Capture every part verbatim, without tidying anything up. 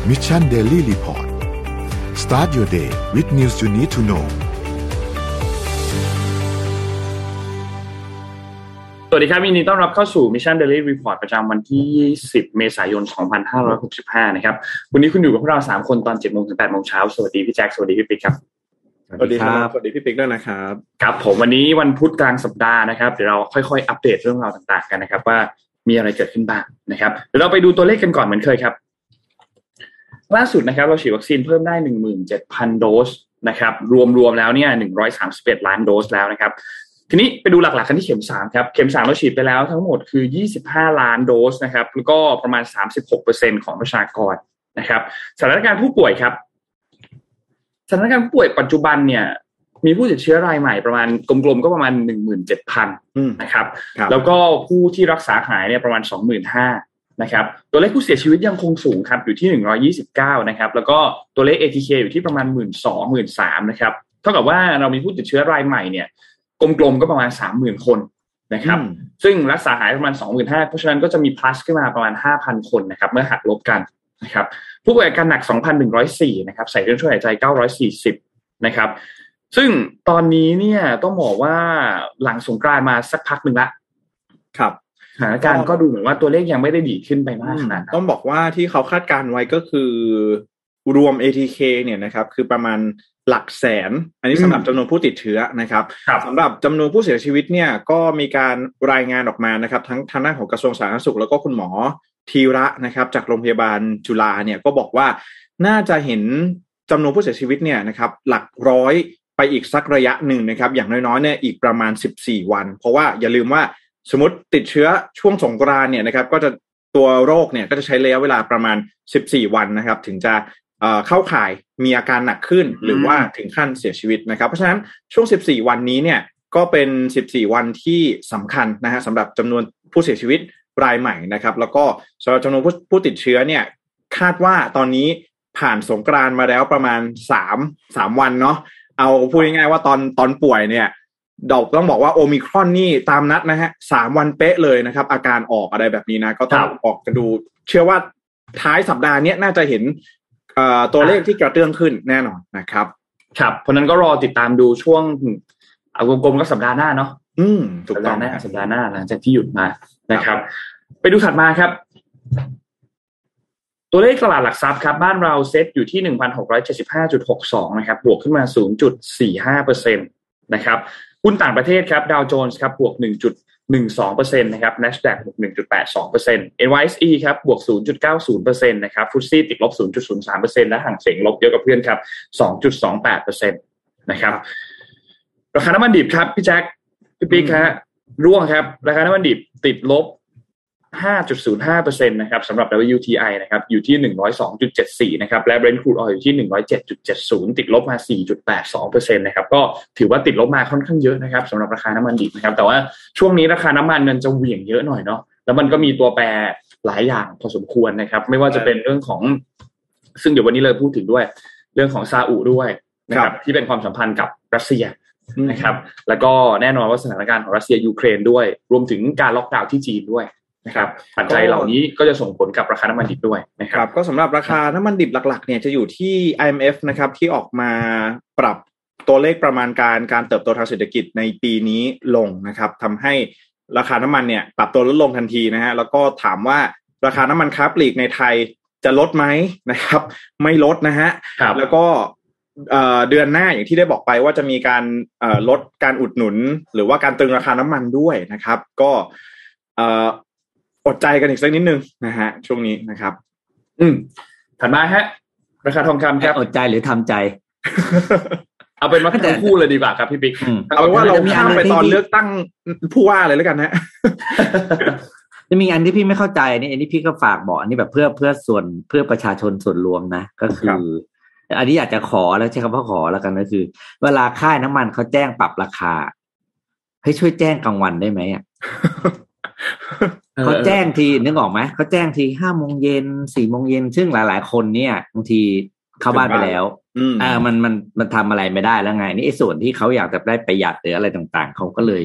Mission Daily Report start your day with news you need to know สวัสดีครับยินดีต้อนรับเข้าสู่ Mission Daily Report ประจำวันที่ยี่สิบเมษายนสองพันห้าร้อยหกสิบห้านะครับวันนี้คุณอยู่กับพวกเราสามคนตอน เจ็ดโมง ถึง แปดโมง เช้าสวัสดีพี่แจ็คสวัสดีพี่ปิ๊กครับสวัสดีครับสวัสดีพี่ปิ๊กด้วยนะครับครับผมวันนี้วันพุธกลางสัปดาห์นะครับเดี๋ยวเราค่อยๆอัปเดตเรื่องราวต่างๆกันนะครับว่ามีอะไรเกิดขึ้นบ้างนะครับเดี๋ยวเราไปดูตัวเลขกันก่อนเหมือนเคยครับล่าสุดนะครับเราฉีดวัคซีนเพิ่มได้ หนึ่งหมื่นเจ็ดพัน โดสนะครับรวมๆแล้วเนี่ยหนึ่งร้อยสามสิบเอ็ดล้านโดสแล้วนะครับทีนี้ไปดูหลักๆกันที่เข็มสามครับเข็มสามเราฉีดไปแล้วทั้งหมดคือยี่สิบห้าล้านโดสนะครับแล้วก็ประมาณ สามสิบหกเปอร์เซ็นต์ ของประชากรนะครับสถานการณ์ผู้ป่วยครับสถานการณ์ผู้ป่วยปัจจุบันเนี่ยมีผู้ติดเชื้อรายใหม่ประมาณกลมๆก็ประมาณ หนึ่งหมื่นเจ็ดพัน นะครับแล้วก็ผู้ที่รักษาหายเนี่ยประมาณ สองหมื่นห้าพัน นะครับตัวเลขผู้เสียชีวิตยังคงสูงครับอยู่ที่หนึ่งร้อยยี่สิบเก้านะครับแล้วก็ตัวเลข เอ ที เค อยู่ที่ประมาณ หนึ่งหมื่นสองพัน หนึ่งหมื่นสามพัน นะครับเท่ากับว่าเรามีผู้ติดเชื้อรายใหม่เนี่ยกลมๆก็ประมาณ สามหมื่น คนนะครับซึ่งรักษาหายประมาณ สองหมื่นห้าพัน เพราะฉะนั้นก็จะมี plus ขึ้นมาประมาณ ห้าพัน คนนะครับเมื่อหักลบกันนะครับผู้ป่วยอาการหนัก สองพันหนึ่งร้อยสี่ นะครับใส่เครื่องช่วยหายใจเก้าร้อยสี่สิบนะครับซึ่งตอนนี้เนี่ยต้องบอกว่าหลังสงกรานต์มาสักพักนึงละครับสถานการณ์ก็ดูเหมือนว่าตัวเลขยังไม่ได้ดีขึ้นไปมากขนาดนั้นต้องบอกว่าที่เขาคาดการณ์ไว้ก็คือรวม เอ ที เค เนี่ยนะครับคือประมาณหลักแสนอันนี้สำหรับจำนวนผู้ติดเชื้อนะครับสำหรับจำนวนผู้เสียชีวิตเนี่ยก็มีการรายงานออกมานะครับทั้งทางด้านของกระทรวงสาธารณสุขแล้วก็คุณหมอธีระนะครับจากโรงพยาบาลจุฬาเนี่ยก็บอกว่าน่าจะเห็นจำนวนผู้เสียชีวิตเนี่ยนะครับหลักร้อยไปอีกสักระยะหนึ่งนะครับอย่างน้อยๆเนี่ยอีกประมาณสิบสี่วันเพราะว่าอย่าลืมว่าสมมติติดเชื้อช่วงสงกรานต์เนี่ยนะครับก็จะตัวโรคเนี่ยก็จะใช้ระยะเวลาประมาณสิบสี่วันนะครับถึงจะเอ่อเข้าข่ายมีอาการหนักขึ้นหรือว่าถึงขั้นเสียชีวิตนะครับเพราะฉะนั้นช่วงสิบสี่วันนี้เนี่ยก็เป็นสิบสี่วันที่สำคัญนะฮะสำหรับจำนวนผู้เสียชีวิตรายใหม่นะครับแล้วก็สำหรับจำนวนผู้ผู้ติดเชื้อเนี่ยคาดว่าตอนนี้ผ่านสงกรานต์มาแล้วประมาณสาม สามวันเนาะเอาพูดง่ายๆว่าตอนตอนป่วยเนี่ยดอกต้องบอกว่าโอมิครอนนี่ตามนัดนะฮะสามวันเป๊ะเลยนะครับอาการออกอะไรแบบนี้นะก็ต้องออกกันดูเชื่อว่าท้ายสัปดาห์นี้น่าจะเห็นเอ่อตัวเลขที่กระเตื้องขึ้นแน่นอนนะครับครับเพราะนั้นก็รอติดตามดูช่วงเอากลมๆก็สัปดาห์หน้าเนาะอืมถูกต้องนะสัปดาห์หน้าหลังจากที่หยุดมานะครับไปดูถัดมาครับตัวเลขตลาดหลักทรัพย์ครับบ้านเราเซ็ตอยู่ที่ หนึ่งพันหกร้อยเจ็ดสิบห้าจุดหกสอง นะครับบวกขึ้นมา ศูนย์จุดสี่ห้าเปอร์เซ็นต์ นะครับหุ้นต่างประเทศครับดาวโจนส์ครับบวก หนึ่งจุดหนึ่งสองเปอร์เซ็นต์ นะครับ NASDAQ บวก หนึ่งจุดแปดสองเปอร์เซ็นต์ เอ็น วาย เอส อี ครับบวก ศูนย์จุดเก้าศูนย์เปอร์เซ็นต์ นะครับ เอฟ ที เอส อี ติดลบ ศูนย์จุดศูนย์สามเปอร์เซ็นต์ และห่างเสียงลบเยอะกับเพื่อนครับ สองจุดสองแปดเปอร์เซ็นต์ นะครับราคาน้ำมันดิบครับพี่แจ็คพี่ปิ๊กฮะร่วงครับราคาน้ำมันดิบติดลบ ห้าจุดศูนย์ห้าเปอร์เซ็นต์ นะครับสำหรับ ดับเบิลยู ที ไอ นะครับอยู่ที่ หนึ่งร้อยสองจุดเจ็ดสี่ นะครับและ Brent crude oil อยู่ที่ หนึ่งร้อยเจ็ดจุดเจ็ดศูนย์ ติดลบมา สี่จุดแปดสองเปอร์เซ็นต์ นะครับก็ถือว่าติดลบมาค่อนข้างเยอะนะครับสำหรับราคาน้ำมันดิบนะครับแต่ว่าช่วงนี้ราคาน้ำมันมันจะเหวี่ยงเยอะหน่อยเนาะแล้วมันก็มีตัวแปรหลายอย่างพอสมควรนะครับไม่ว่าจะเป็นเรื่องของซึ่งเดี๋ยววันนี้เลยพูดถึงด้วยเรื่องของซาอุด้วยนะครับที่เป็นความสัมพันธ์กับรัสเซียนะครับแล้วก็แน่นอนว่าสถานการณ์ของรัสเซียยูเครนด้วยรวมถึงการล็อกดาวน์ที่จีนด้วยนะครับปัจจัยเหล่านี้ก็จะส่งผลกับราคาน้ำมันดิบด้วยนะครับก็สำหรับราคาน้ำมันดิบหลักๆเนี่ยจะอยู่ที่ ไอ เอ็ม เอฟ นะครับที่ออกมาปรับตัวเลขประมาณการการเติบโตทางเศรษฐกิจในปีนี้ลงนะครับทำให้ราคาน้ำมันเนี่ยปรับตัวลดลงทันทีนะฮะแล้วก็ถามว่าราคาน้ำมันค้าปลีกในไทยจะลดไหมนะครับไม่ลดนะฮะแล้วก็เดือนหน้าอย่างที่ได้บอกไปว่าจะมีการลดการอุดหนุนหรือว่าการตรึงราคาน้ำมันด้วยนะครับก็อดใจกันอีกสักนิดนึงนะฮะช่วงนี้นะครับอืมถัดมาฮะราคาทองคำครับอดใจหรือทำใจเอาเป็นว่าทั้งคู่เลยดีกว่าครับพี่ปิ๊กเอาเป็นว่าเราข้ามไปตอนเลือกตั้งผู้ว่าเลยแล้วกันนะจะมีอันที่พี่ไม่เข้าใจนี่อันนี้พี่ก็ฝากบอกอันนี้แบบเพื่อเพื่อส่วนเพื่อประชาชนส่วนรวมนะก็คืออันนี้อยากจะขอแล้วใช้คำว่าขอแล้วกันก็คือเวลาค่ายน้ำมันเขาแจ้งปรับราคาให้ช่วยแจ้งกลางวันได้ไหมอ่ะเขาแจ้งทีนึกออกไหมเขาแจ้งทีห้าโมงเย็นสี่โมงเย็นซึ่งหลายๆคนเนี่ยบางทีเข้าบ้านไปแล้วอ่ามันมันมันทำอะไรไม่ได้แล้วไงนี่ไอ้ส่วนที่เขาอยากจะได้ประหยัดหรืออะไรต่างๆเขาก็เลย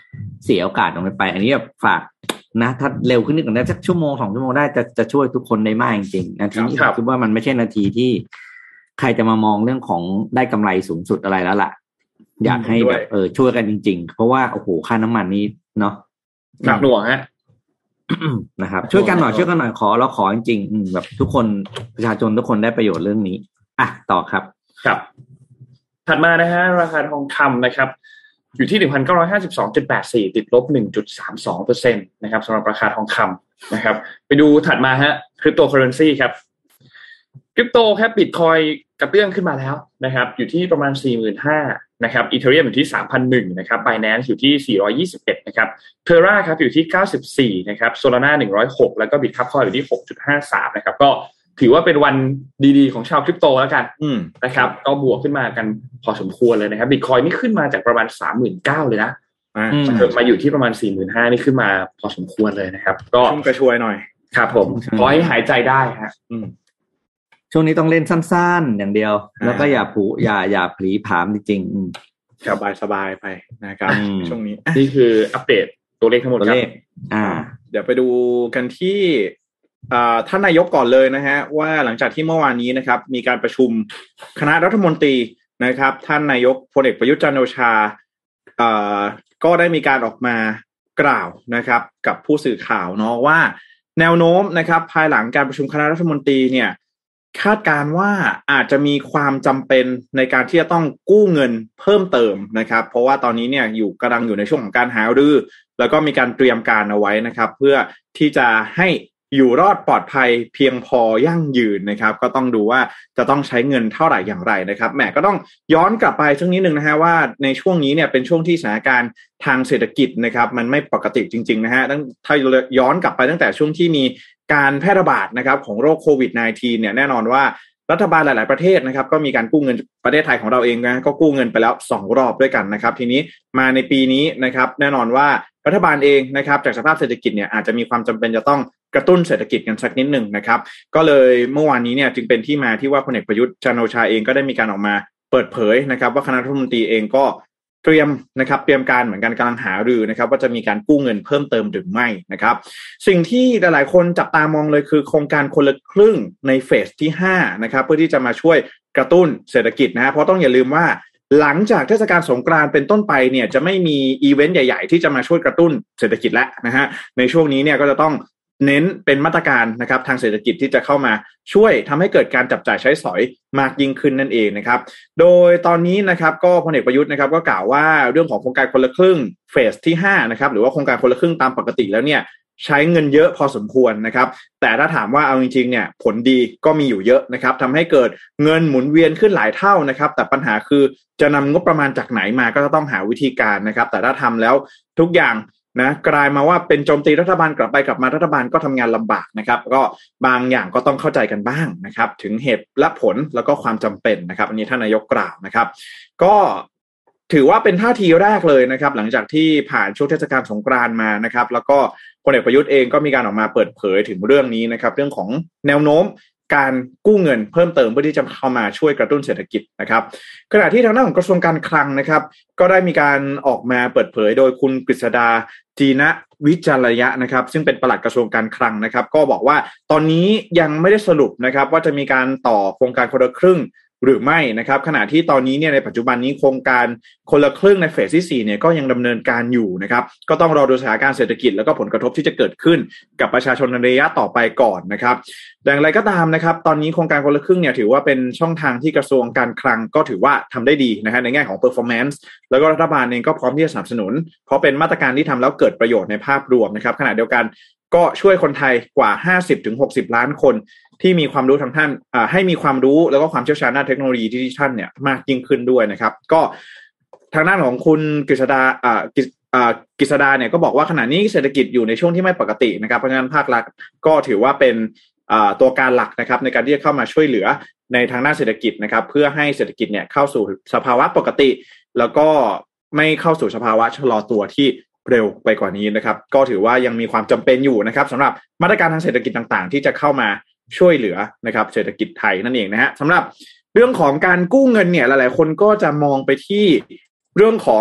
เสียโอกาสตรงนี้ไปอันนี้แบบฝากนะถ้าเร็วขึ้นนิดหนึ่งสักชั่วโมงสองชั่วโมงได้จะจะช่วยทุกคนได้มากจริงๆนาทีนี้ผมคิดว่ามันไม่ใช่นาทีที่ใครจะมามองเรื่องของได้กำไรสูงสุดอะไรแล้วล่ะอยากให้แบบเออช่วยกันจริงๆเพราะว่าโอ้โหค่าน้ำมันนี้เนาะหนักหน่วงฮะนะครับช่วยกันหน่อยช่วยกันหน่อยขอเราขอจริงๆแบบทุกคนประชาชนทุกคนได้ประโยชน์เรื่องนี้อ่ะต่อครับครับถัดมานะฮะราคาทองคำนะครับอยู่ที่ หนึ่งพันเก้าร้อยห้าสิบสองจุดแปดสี่ ติดลบ หนึ่งจุดสามสองเปอร์เซ็นต์ นะครับสำหรับราคาทองคำนะครับไปดูถัดมาฮะคริปโตเคอเรนซีครับคริปโตครับบิตคอยกระเตื้องขึ้นมาแล้วนะครับอยู่ที่ประมาณ สี่หมื่นห้าพัน นะครับอีเธเรียมอยู่ที่ สามพันหนึ่ง นะครับ Binance อยู่ที่สี่ร้อยยี่สิบเอ็ดนะครับ Terra ครับอยู่ที่เก้าสิบสี่นะครับ Solana หนึ่งร้อยหกแล้วก็ Bitcoin อยู่ที่ หกจุดห้าสาม นะครับก็ถือว่าเป็นวันดีๆของชาวคริปโตแล้วกันนะครับก็บวกขึ้นมากันพอสมควรเลยนะครับ Bitcoin นี่ขึ้นมาจากประมาณ สามหมื่นเก้าพัน เลยนะมาอยู่ที่ประมาณ สี่หมื่นห้าพัน นี่ขึ้นมาพอสมควรเลยนะครับก็ชุ่มกระชวยหน่อยครับผมขอให้หายใจได้ฮะช่วงนี้ต้องเล่นสั้นๆอย่างเดียวแล้วก็อย่าผูอย่าอย่าผลีผามจริงๆสบายสบายไปนะครับช่วงนี้นี่คืออัปเดตตัวเลขทั้งหมดครับอ่าเดี๋ยวไปดูกันที่ท่านนายกก่อนเลยนะฮะว่าหลังจากที่เมื่อวานนี้นะครับมีการประชุมคณะรัฐมนตรีนะครับท่านนายกพลเอกประยุทธ์จันทร์โอชาก็ได้มีการออกมากล่าวนะครับกับผู้สื่อข่าวเนาะว่าแนวโน้มนะครับภายหลังการประชุมคณะรัฐมนตรีเนี่ยคาดการณ์ว่าอาจจะมีความจำเป็นในการที่จะต้องกู้เงินเพิ่มเติมนะครับเพราะว่าตอนนี้เนี่ยอยู่กำลังอยู่ในช่วงของการหารือแล้วก็มีการเตรียมการเอาไว้นะครับเพื่อที่จะให้อยู่รอดปลอดภัยเพียงพอยั่งยืนนะครับก็ต้องดูว่าจะต้องใช้เงินเท่าไหร่อย่างไรนะครับแหมก็ต้องย้อนกลับไปสักนิดนึงนะฮะว่าในช่วงนี้เนี่ยเป็นช่วงที่สถานการณ์ทางเศรษฐกิจนะครับมันไม่ปกติจริงๆนะฮะตั้งถ้าย้อนกลับไปตั้งแต่ช่วงที่มีการแพร่ระบาดนะครับของโรคโควิด สิบเก้า เนี่ยแน่นอนว่ารัฐบาลหลายๆประเทศนะครับก็มีการกู้เงินประเทศไทยของเราเองนะก็กู้เงินไปแล้วสองรอบด้วยกันนะครับทีนี้มาในปีนี้นะครับแน่นอนว่ารัฐบาลเองนะครับจากสภาพเศรษฐกิจเนี่ยอาจจะมีความจำเป็นจะต้องกระตุ้นเศรษฐกิจกันสักนิดหนึ่งนะครับก็เลยเมื่อวานนี้เนี่ยจึงเป็นที่มาที่ว่าพลเอกประยุทธ์จันทร์โอชาเองก็ได้มีการออกมาเปิดเผยนะครับว่าคณะรัฐมนตรีเองก็เตรียมนะครับเตรียมการเหมือนกันกำลังหารือนะครับว่าจะมีการกู้เงินเพิ่มเติมหรือไม่นะครับสิ่งที่หลายๆคนจับตามองเลยคือโครงการคนละครึ่งในเฟสที่ห้านะครับเพื่อที่จะมาช่วยกระตุ้นเศรษฐกิจนะฮะเพราะต้องอย่าลืมว่าหลังจากเทศกาลสงกรานต์เป็นต้นไปเนี่ยจะไม่มีอีเวนต์ใหญ่ๆที่จะมาช่วยกระตุ้นเศรษฐกิจแล้วนะฮะในช่วงนี้เนี่ยก็จะต้องเน้นเป็นมาตรการนะครับทางเศรษฐกิจที่จะเข้ามาช่วยทำให้เกิดการจับจ่ายใช้สอยมากยิ่งขึ้นนั่นเองนะครับโดยตอนนี้นะครับก็พลเอกประยุทธ์นะครับก็กล่าวว่าเรื่องของโครงการคนละครึ่งเฟสที่ห้านะครับหรือว่าโครงการคนละครึ่งตามปกติแล้วเนี่ยใช้เงินเยอะพอสมควรนะครับแต่ถ้าถามว่าเอาจริงๆเนี่ยผลดีก็มีอยู่เยอะนะครับทำให้เกิดเงินหมุนเวียนขึ้นหลายเท่านะครับแต่ปัญหาคือจะนำงบประมาณจากไหนมาก็ต้องหาวิธีการนะครับแต่ถ้าทำแล้วทุกอย่างนะกลายมาว่าเป็นโจมตีรัฐบาลกลับไปกลับมารัฐบาลก็ทำงานลำบากนะครับก็บางอย่างก็ต้องเข้าใจกันบ้างนะครับถึงเหตุและผลแล้วก็ความจำเป็นนะครับอันนี้ท่านนายกกล่าวนะครับก็ถือว่าเป็นท่าทีแรกเลยนะครับหลังจากที่ผ่านช่วงเทศกาลสงกรานต์มานะครับแล้วก็พลเอกประยุทธ์เองก็มีการออกมาเปิดเผยถึงเรื่องนี้นะครับเรื่องของแนวโน้มการกู้เงินเพิ่มเติมเพื่อที่จะเข้ามาช่วยกระตุ้นเศรษฐกิจนะครับขณะที่ทางด้านของกระทรวงการคลังนะครับก็ได้มีการออกมาเปิดเผยโดยคุณกฤษดาจีนะวิจารยะนะครับซึ่งเป็นปลัดกระทรวงการคลังนะครับก็บอกว่าตอนนี้ยังไม่ได้สรุปนะครับว่าจะมีการต่อโครงการคนละครึ่งหรือไม่นะครับขณะที่ตอนนี้เนี่ยในปัจจุบันนี้โครงการคนละครึ่งในเฟสที่สี่เนี่ยก็ยังดำเนินการอยู่นะครับก็ต้องรอดูสถานการณ์เศรษฐกิจแล้วก็ผลกระทบที่จะเกิดขึ้นกับประชาชนในระยะต่อไปก่อนนะครับอย่างไรก็ตามนะครับตอนนี้โครงการคนละครึ่งเนี่ยถือว่าเป็นช่องทางที่กระทรวงการคลังก็ถือว่าทำได้ดีนะฮะในแง่ของ performance แล้วก็รัฐบาลเองก็พร้อมที่จะสนับสนุนเพราะเป็นมาตรการที่ทำแล้วเกิดประโยชน์ในภาพรวมนะครับขณะเดียวกันก็ช่วยคนไทยกว่า ห้าสิบถึงหกสิบ ล้านคนที่มีความรู้ทางท่านให้มีความรู้แล้วก็ความเชี่ยวชาญด้านเทคโนโลยีที่ท่านเนี่ยมากยิ่งขึ้นด้วยนะครับก็ทางด้านของคุณกฤษดาอ่ากฤษดาเนี่ยก็บอกว่าขณะนี้เศรษฐกิจอยู่ในช่วงที่ไม่ปกตินะครับเพราะฉะนั้นภาครัฐก็ถือว่าเป็นตัวการหลักนะครับในการที่จะเข้ามาช่วยเหลือในทางด้านเศรษฐกิจนะครับเพื่อให้เศรษฐกิจเนี่ยเข้าสู่สภาวะปกติแล้วก็ไม่เข้าสู่สภาวะชะลอตัวที่เร็วไปกว่านี้นะครับก็ถือว่ายังมีความจำเป็นอยู่นะครับสำหรับมาตรการทางเศรษฐกิจต่างๆที่จะเข้ามาช่วยเหลือนะครับเศรษฐกิจไทยนั่นเองนะฮะสำหรับเรื่องของการกู้เงินเนี่ยหลายๆคนก็จะมองไปที่เรื่องของ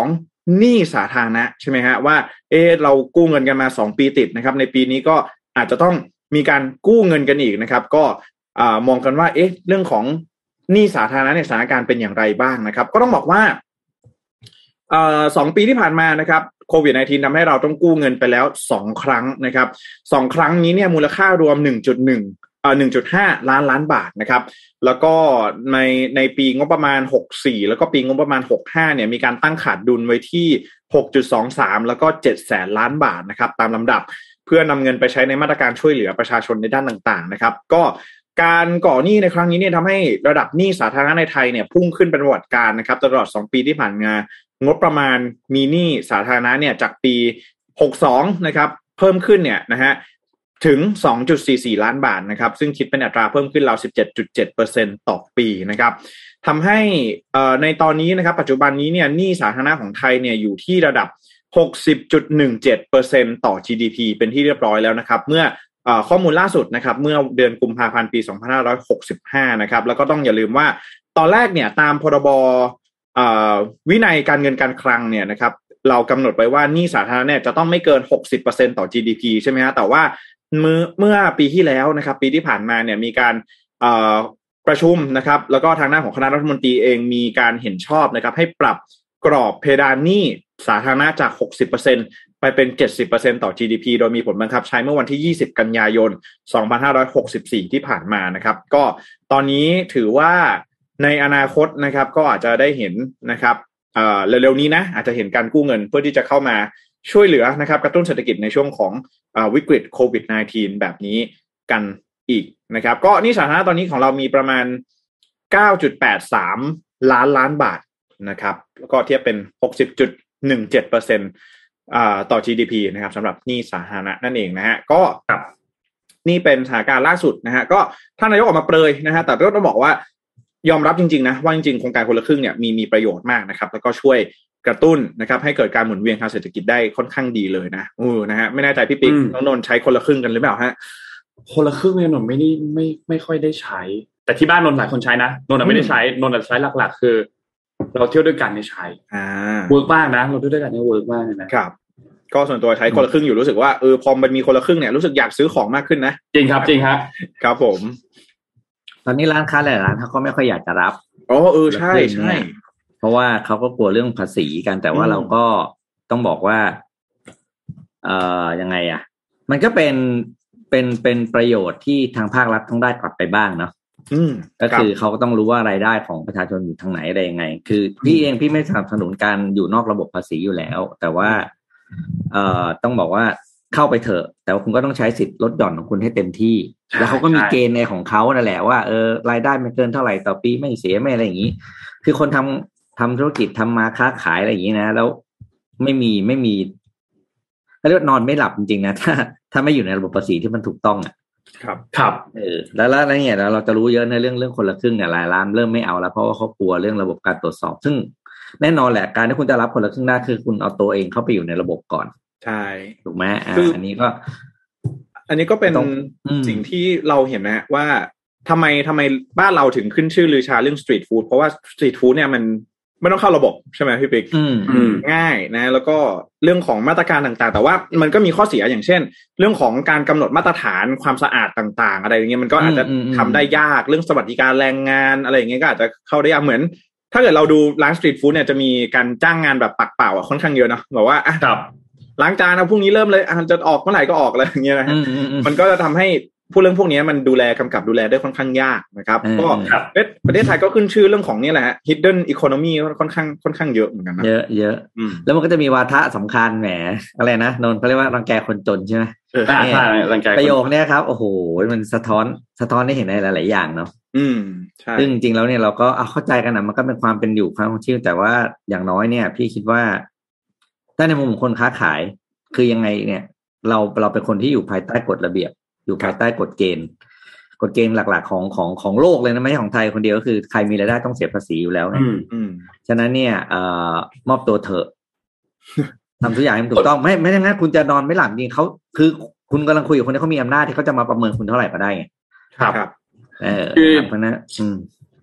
หนี้สาธารณะใช่ไหมฮะว่าเออเรากู้เงินกันมาสองปีติดนะครับในปีนี้ก็อาจจะต้องมีการกู้เงินกันอีกนะครับก็อ่ามองกันว่าเอ๊ะเรื่องของหนี้สาธารณะในสถานการณ์เป็นอย่างไรบ้างนะครับก็ต้องบอกว่าเอ่อสองปีที่ผ่านมานะครับโควิด สิบเก้า ทำให้เราต้องกู้เงินไปแล้วสองครั้งนะครับสองครั้งนี้เนี่ยมูลค่ารวม หนึ่งจุดหนึ่ง เอ่อ หนึ่งจุดห้า ล้านล้านบาทนะครับแล้วก็ในในปีงบประมาณหกสิบสี่แล้วก็ปีงบประมาณหกสิบห้าเนี่ยมีการตั้งขาดดุลไว้ที่ หกจุดสองสาม แล้วก็เจ็ดแสนล้านบาทนะครับตามลำดับเพื่อนำเงินไปใช้ในมาตรการช่วยเหลือประชาชนในด้านต่างๆนะครับก็การก่อหนี้ในครั้งนี้เนี่ยทำให้ระดับหนี้สาธารณะในไทยเนี่ยพุ่งขึ้นเป็นประวัติการณ์นะครับตลอดสองปีที่ผ่านมางบประมาณมีหนี้สาธารณะเนี่ยจากปีหกสิบสองนะครับเพิ่มขึ้นเนี่ยนะฮะถึง สองจุดสี่สี่ ล้านบาทนะครับซึ่งคิดเป็นอัตราเพิ่มขึ้นราว สิบเจ็ดจุดเจ็ดเปอร์เซ็นต์ ต่อปีนะครับทำให้เอ่อในตอนนี้นะครับปัจจุบันนี้เนี่ยหนี้สาธารณะของไทยเนี่ยอยู่ที่ระดับ หกสิบจุดหนึ่งเจ็ดเปอร์เซ็นต์ ต่อ จี ดี พี เป็นที่เรียบร้อยแล้วนะครับเมื่อเอ่อข้อมูลล่าสุดนะครับเมื่อเดือนกุมภาพันธ์ปีสองพันห้าร้อยหกสิบห้านะครับแล้วก็ต้องอย่าลืมว่าตอนแรกเนี่ยตามพรบเอ่อวินัยการเงินการคลังเนี่ยนะครับเรากำหนดไว้ว่าหนี้สาธารณะเนี่ยจะต้องไม่เกิน หกสิบเปอร์เซ็นต์ ต่อ จี ดี พี ใช่ไหมฮะแต่ว่าเมื่อเมื่อปีที่แล้วนะครับปีที่ผ่านมาเนี่ยมีการเอ่อประชุมนะครับแล้วก็ทางหน้าของคณะรัฐมนตรีเองมีการเห็นชอบนะครับให้ปรับกรอบเพดานหนี้สาธารณะจาก หกสิบเปอร์เซ็นต์ ไปเป็น เจ็ดสิบเปอร์เซ็นต์ ต่อ จี ดี พี โดยมีผลบังคับใช้เมื่อวันที่ยี่สิบกันยายนสองพันห้าร้อยหกสิบสี่ที่ผ่านมานะครับก็ตอนนี้ถือว่าในอนาคตนะครับก็อาจจะได้เห็นนะครับเอ่อเร็วๆนี้นะอาจจะเห็นการกู้เงินเพื่อที่จะเข้ามาช่วยเหลือนะครับกระตุ้นเศรษฐกิจในช่วงของเอ่อวิกฤตโควิด สิบเก้า แบบนี้กันอีกนะครับก็หนี้สาธารณะตอนนี้ของเรามีประมาณ เก้าจุดแปดสาม ล้านล้านบาทนะครับแล้วก็เทียบเป็น หกสิบจุดหนึ่งเจ็ดเปอร์เซ็นต์ อ่าต่อ จี ดี พี นะครับสำหรับหนี้สาธารณะนั่นเองนะฮะก็นี่เป็นสถานการณ์ล่าสุดนะฮะก็ท่านนายกออกมาเปรยนะฮะแต่ก็ต้องบอกว่ายอมรับจริงๆนะว่าจริงๆโครงการคนละครึ่งเนี่ยมีมีประโยชน์มากนะครับแล้วก็ช่วยกระตุ้นนะครับให้เกิดการหมุนเวียนทางเศรษฐกิจได้ค่อนข้างดีเลยนะโอ้นะฮะไม่แน่ใจพี่ปิ๊กน้องนนท์ใช้คนละครึ่งกันหรือเปล่าฮะคนละครึ่งเนี่ยนนท์ไม่ได้ไม่ไม่ค่อยได้ใช้แต่ที่บ้านนนท์หลายคนใช้นะนนท์ไม่ได้ใช้นนท์ใช้หลักๆคือเราเที่ยวด้วยกันเนี่ยใช้อ่าเวิร์กมากนะเราเที่ยวด้วยกันเนี่ยเวิร์กมากนะครับก็ส่วนตัวใช้คนละครึ่งอยู่รู้สึกว่าเออพอมันมีคนละครึ่งเนี่ยรู้สึกอยากซื้อของมากขึ้นนะจริงครับจริงครับครับผมตอนนี้ร้านค้าหลายร้านเขาก็ไม่ค่อยอยากจะรับอ๋อเออใช่ใช่เพราะว่าเขาก็กลัวเรื่องภาษีกันแต่ว่าเราก็ต้องบอกว่าเอ่อยังไงอ่ะมันก็เป็นเป็นเป็นประโยชน์ที่ทางภาครัฐต้องได้กลับไปบ้างเนาะก็คือเขาก็ต้องรู้ว่ารายได้ของประชาชนอยู่ทางไหนอะไรยังไงคือพี่เองพี่ไม่สนับสนุนการอยู่นอกระบบภาษีอยู่แล้วแต่ว่าเอ่อต้องบอกว่าเข้าไปเถอะแต่ว่าคุณก็ต้องใช้สิทธิ์ลดหย่อนของคุณให้เต็มที่แล้วเขาก็มีเกณฑ์ในของเขานั่นแหละว่าเออรายได้ไม่เกินเท่าไหร่ต่อปีไม่เสียไม่อะไรอย่างนี้คือคนทำทำธุรกิจทำมาค้าขายอะไรอย่างนี้นะแล้วไม่มีไม่มีเรียกว่านอนไม่หลับจริงๆนะถ้าถ้าไม่อยู่ในระบบภาษีที่มันถูกต้องอ่ะครับครับเออแล้วแล้วอะไรเนี่ยเราจะรู้เยอะในเรื่องเรื่องคนละครึ่งเนี่ยหลายร้านเริ่มไม่เอาแล้วเพราะว่าเขากลัวเรื่องระบบการตรวจสอบซึ่งแน่นอนแหละการที่คุณจะรับคนละครึ่งได้คือคุณเอาตัวเองเข้าไปอยู่ในระบบก่อนใช่ถูกไหมอ่าอันนี้ก็อันนี้ก็เป็นสิ่งที่เราเห็นนะว่าทำไมทำไมบ้านเราถึงขึ้นชื่อลือชาเรื่องสตรีทฟู้ดเพราะว่าสตรีทฟู้ดเนี่ยมันไม่ต้องเข้าระบบใช่ไหมพี่ปิ๊กง่ายนะแล้วก็เรื่องของมาตรการต่างๆแต่ว่ามันก็มีข้อเสียอย่างเช่นเรื่องของการกำหนดมาตรฐานความสะอาดต่างๆอะไรอย่างเงี้ยมันก็อาจจะทำได้ยากเรื่องสวัสดิการแรงงานอะไรอย่างเงี้ยก็อาจจะเข้าได้ยากเหมือนถ้าเกิดเราดูร้านสตรีทฟู้ดเนี่ยจะมีการจ้างงานแบบปากเปล่าค่อนข้างเยอะเนาะบอกว่าอ่ะล้างจานนะพรุ่งนี้เริ่มเลยอ่ะจะออกเมื่อไหร่ก็ออกอะไรอย่างเงี้ยนะฮะมันก็จะทำให้ผู้เรื่องพวกนี้มันดูแลกำกับดูแลได้ค่อนข้างยากนะครับก็ประเทศไทยก็ขึ้นชื่อเรื่องของนี่แหละฮะ hidden economy ค่อนข้างค่อนข้างเยอะเหมือนกันนะเยอะเยอะแล้วมันก็จะมีวาทะสำคัญแหมอะไรนะนนท์เขาเรียกว่ารังแกคนจนใช่ไหมใช่รังแกประโยคนี้ครับโอ้โหมันสะท้อนสะท้อนได้เห็นในหลายๆอย่างเนาะอืมใช่ซึ่งจริงๆแล้วเนี่ยเราก็เอาเข้าใจกันนะมันก็เป็นความเป็นอยู่ความชีพแต่ว่าอย่างน้อยเนี่ยพี่คิดว่าถ้าในมุมคนค้าขายคือยังไงเนี่ยเราเราเป็นคนที่อยู่ภายใต้กฎระเบียบอยู่ภายใต้กฎเกณฑ์กฎเกณฑ์หลักๆของของของโลกเลยนะไม่ใช่ของไทยคนเดียวก็คือใครมีรายได้ต้องเสียภาษีอยู่แล้วนะฉะนั้นเนี่ยเอ่อมอบตัวเถอะทำทุกอย่างให้มันถูกต้องไม่ไม่งั้นคุณจะนอนไม่หลับจริงเขาคือคุณกำลังคุยกับคนที่เขามีอำนาจที่เขาจะมาประเมินคุณเท่าไหร่ก็ได้ไงครับเออคือเพราะนั้น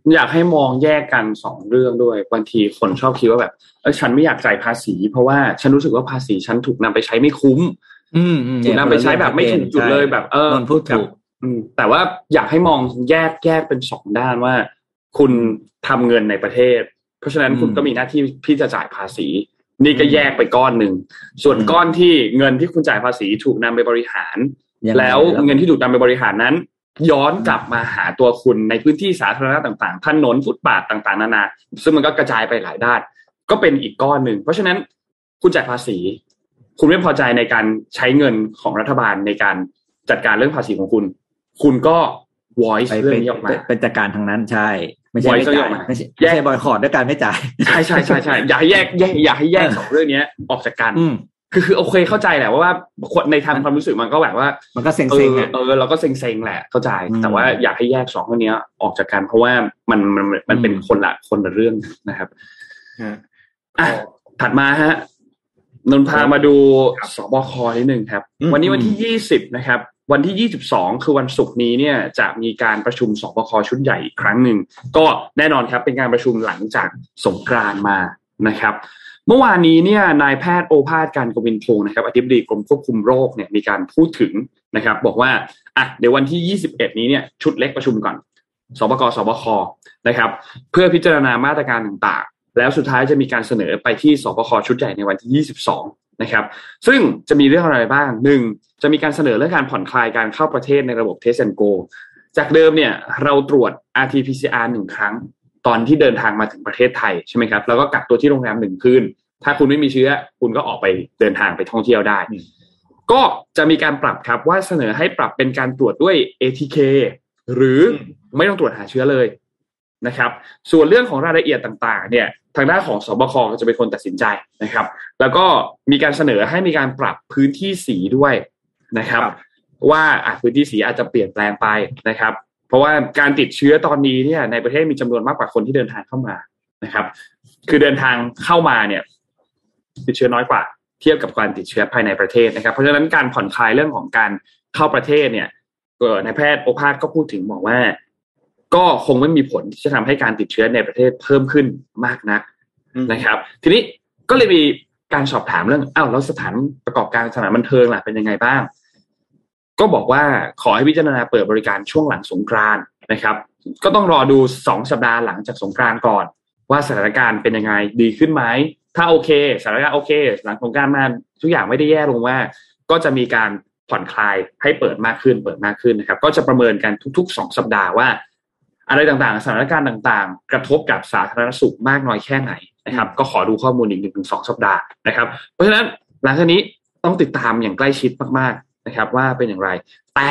อยากให้มองแยกกันสองเรื่องด้วยบางทีคนชอบคิดว่าแบบเออฉันไม่อยากจ่ายภาษีเพราะว่าฉันรู้สึกว่าภาษีฉันถูกนำไปใช้ไม่คุ้มถูกนำไปใช้แบบไม่ถูกจุดเลยแบบเออพูดถูกแต่ว่าอยากให้มองแยกแยกเป็นสองด้านว่าคุณทำเงินในประเทศเพราะฉะนั้นคุณก็มีหน้าที่ที่จะจ่ายภาษีนี่ก็แยกไปก้อนหนึ่งส่วนก้อนที่เงินที่คุณจ่ายภาษีถูกนำไปบริหารแล้วเงินที่ถูกนำไปบริหารนั้นย้อนกลับมาหาตัวคุณในพื้นที่สาธารณะต่างๆถนนฟุตบาทต่างๆนานาซึ่งมันก็กระจายไปหลายด้านก็เป็นอีกก้อนหนึ่งเพราะฉะนั้นคุณจ่ายภาษีคุณไม่พอใจในการใช้เงินของรัฐบาลในการจัดการเรื่องภาษีของคุณคุณก็ voice เรื่องนี้ออกมาเป็นจัดการทางนั้นใช่ไม่ใช่ไม่จ่ายไม่ใช่แยกบอยคอร์ดด้วยการไม่จ่ายใช่ใช่ใช่ใช่อย่าให้แยกแยกอย่าให้แยกสองเรื่องนี้ออกจากกันคือคือโอเคเข้าใจแหละว่าในทางความรู้สึกมันก็แบบว่ามันก็เซ็งๆอ่ะเออเราก็เซ็งๆแหละเข้าใจแต่ว่าอยากให้แยกสองเรื่องนี้ออกจากกันเพราะว่ามันมันมันเป็นคนละคนละเรื่องนะครับอ่ะถัดมาฮะนนพามาดูสบคนิดนึงครับวันนี้วันที่ยี่สิบนะครับวันที่ยี่สิบสองคือวันศุกร์นี้เนี่ยจะมีการประชุมสบคชุดใหญ่อีกครั้งหนึ่งก็แน่นอนครับเป็นการประชุมหลังจากสงกรานต์มานะครับเมื่อวานนี้เนี่ยนายแพทย์โอภาสการกวินพงศ์นะครับอธิบดีกรมควบคุมโรคเนี่ยมีการพูดถึงนะครับบอกว่าอ่ะเดี๋ยววันที่ยี่สิบเอ็ดนี้เนี่ยชุดเล็กประชุมก่อนสบคสบคนะครับเพื่อพิจารณามาตรการต่างๆแล้วสุดท้ายจะมีการเสนอไปที่สบคชุดใหญ่ในวันที่ยี่สิบสองนะครับซึ่งจะมีเรื่องอะไรบ้างหนึ่งจะมีการเสนอเรื่องการผ่อนคลายการเข้าประเทศในระบบ Test and Go จากเดิมเนี่ยเราตรวจ อาร์ ที พี ซี อาร์ หนึ่งครั้งตอนที่เดินทางมาถึงประเทศไทยใช่ไหมครับแล้วก็กักตัวที่โรงแรมหนึ่งคืนถ้าคุณไม่มีเชื้อคุณก็ออกไปเดินทางไปท่องเที่ยวได้ก็จะมีการปรับครับว่าเสนอให้ปรับเป็นการตรวจด้วย เอ ที เค หรือไม่ต้องตรวจหาเชื้อเลยนะครับส่วนเรื่องของรายละเอียดต่างๆเนี่ยทางด้านของสบคจะเป็นคนตัดสินใจนะครับแล้วก็มีการเสนอให้มีการปรับพื้นที่สีด้วยนะครับว่าพื้นที่สีอาจจะเปลี่ยนแปลงไปนะครับเพราะว่าการติดเชื้อตอนนี้เนี่ยในประเทศมีจำนวนมากกว่าคนที่เดินทางเข้ามานะครับคือเดินทางเข้ามาเนี่ยติดเชื้อน้อยกว่าเทียบกับการติดเชื้อภายในประเทศนะครับเพราะฉะนั้นการผ่อนคลายเรื่องของการเข้าประเทศเนี่ยนายแพทย์โอภาสก็พูดถึงบอกว่าก็คงไม่มีผลที่จะทำให้การติดเชื้อในประเทศเพิ่มขึ้นมากนักนะครับทีนี้ก็เลยมีการสอบถามเรื่องอ้าวแล้วสถานประกอบการสถานบันเทิงล่ะเป็นยังไงบ้างก็บอกว่าขอให้พิจารณาเปิดบริการช่วงหลังสงกรานต์นะครับก็ต้องรอดูสองสัปดาห์หลังจากสงกรานต์ก่อนว่าสถานการณ์เป็นยังไงดีขึ้นไหมถ้าโอเคสถานการณ์โอเคหลังสงกรานต์มาทุกอย่างไม่ได้แย่ลงว่าก็จะมีการผ่อนคลายให้เปิดมากขึ้นเปิดมากขึ้นนะครับก็จะประเมินกันทุกๆสองสัปดาห์ว่าอะไรต่างๆสถานการณ์ต่างๆกระทบกับสาธารณสุขมากน้อยแค่ไหนนะครับก็ขอดูข้อมูลอีก หนึ่งถึงสอง สัปดาห์นะครับเพราะฉะนั้นหลังจากนี้ต้องติดตามอย่างใกล้ชิดมากๆนะครับว่าเป็นอย่างไรแต่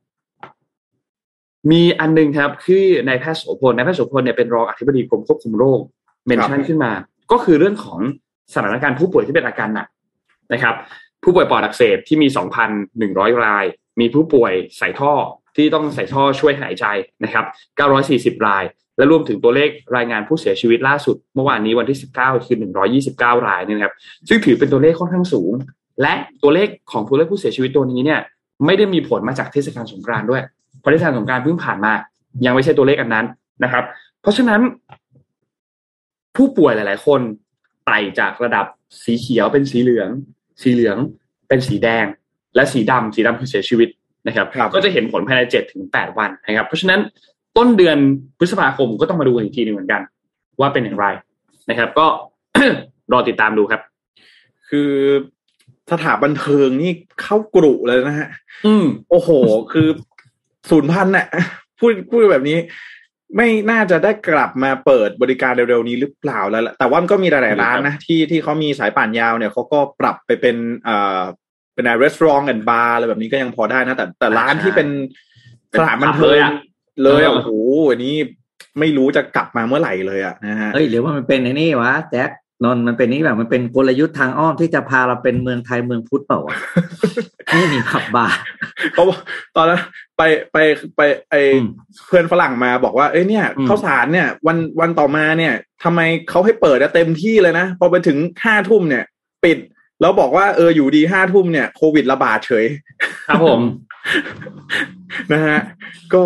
มีอันนึงครับคือนายแพทย์โสพลนายแพทย์โสพลเนี่ยเป็นรองอธิบดีกรมควบคุมโรคเมนชั่นขึ้นมาก็คือเรื่องของสถานการณ์ผู้ป่วยที่เป็นอาการหนักนะครับผู้ป่วยปอดอักเสบที่มี สองพันหนึ่งร้อย รายมีผู้ป่วยใส่ท่อที่ต้องใส่ท่อช่วยหายใจนะครับเก้าร้อยสี่สิบรายและรวมถึงตัวเลขรายงานผู้เสียชีวิตล่าสุดเมื่อวานนี้วันที่สิบเก้าคือหนึ่งร้อยยี่สิบเก้ารายนี่นะครับซึ่งถือเป็นตัวเลขค่อนข้างสูงและตัวเลขของตัวเลขผู้เสียชีวิตตัวนี้เนี่ยไม่ได้มีผลมาจากเทศกาลสงกรานต์ด้วยเพราะเทศกาลสงกรานต์เพิ่งผ่านมายังไม่ใช่ตัวเลขอันนั้นนะครับเพราะฉะนั้นผู้ป่วยหลายๆคนไต่จากระดับสีเขียวเป็นสีเหลืองสีเหลืองเป็นสีแดงและสีดำสีดำคือเสียชีวิตนะครับก็จะเห็นผลภายใน เจ็ดถึงแปด วันนะครับเพราะฉะนั้นต้นเดือนพฤษภาคมก็ต้องมาดูอีกทีนึงเหมือนกันว่าเป็นอย่างไรนะครับก็ รอติดตามดูครับคือสถานบันเทิงนี่เข้ากรุเลยนะฮะอืมโอ้โหคือศูนย์พันน่ะพูดพูดแบบนี้ไม่น่าจะได้กลับมาเปิดบริการเร็วๆนี้หรือเปล่าแล้วแต่ว่ามันก็มีหลายๆร้านนะที่ที่เขามีสายป่านยาวเนี่ยเขาก็ปรับไปเป็นเอ่อเป็นร้านรีสอร์ทแอนด์บาร์อะไรแบบนี้ก็ยังพอได้นะแต่แต่ร้านที่เป็นสถานบันเทิงเลยอ่ะโอ้โหอันนี้ไม่รู้จะกลับมาเมื่อไหร่เลยอ่ะนะฮะเอ้ยหรือว่ามันเป็นไอ้นี่วะแจ็คนนมันเป็นนี่แบบมันเป็นกลยุทธ์ทางอ้อมที่จะพาเราเป็นเมืองไทยเมืองพุทธเปล่าวะไม่มีขับบาร์เพราะตอนนั้นไปไปไปไอเพื่อนฝรั่งมาบอกว่าเอ้ยเนี่ยข้าวสารเนี่ยวันวันต่อมาเนี่ยทำไมเขาให้เปิดเต็มที่เลยนะพอไปถึงห้าทุ่มเนี่ยปิดแล้วบอกว่าเอออยู่ดีห้าทุ่มเนี่ยโควิดระบาดเฉยครับผมนะฮะก็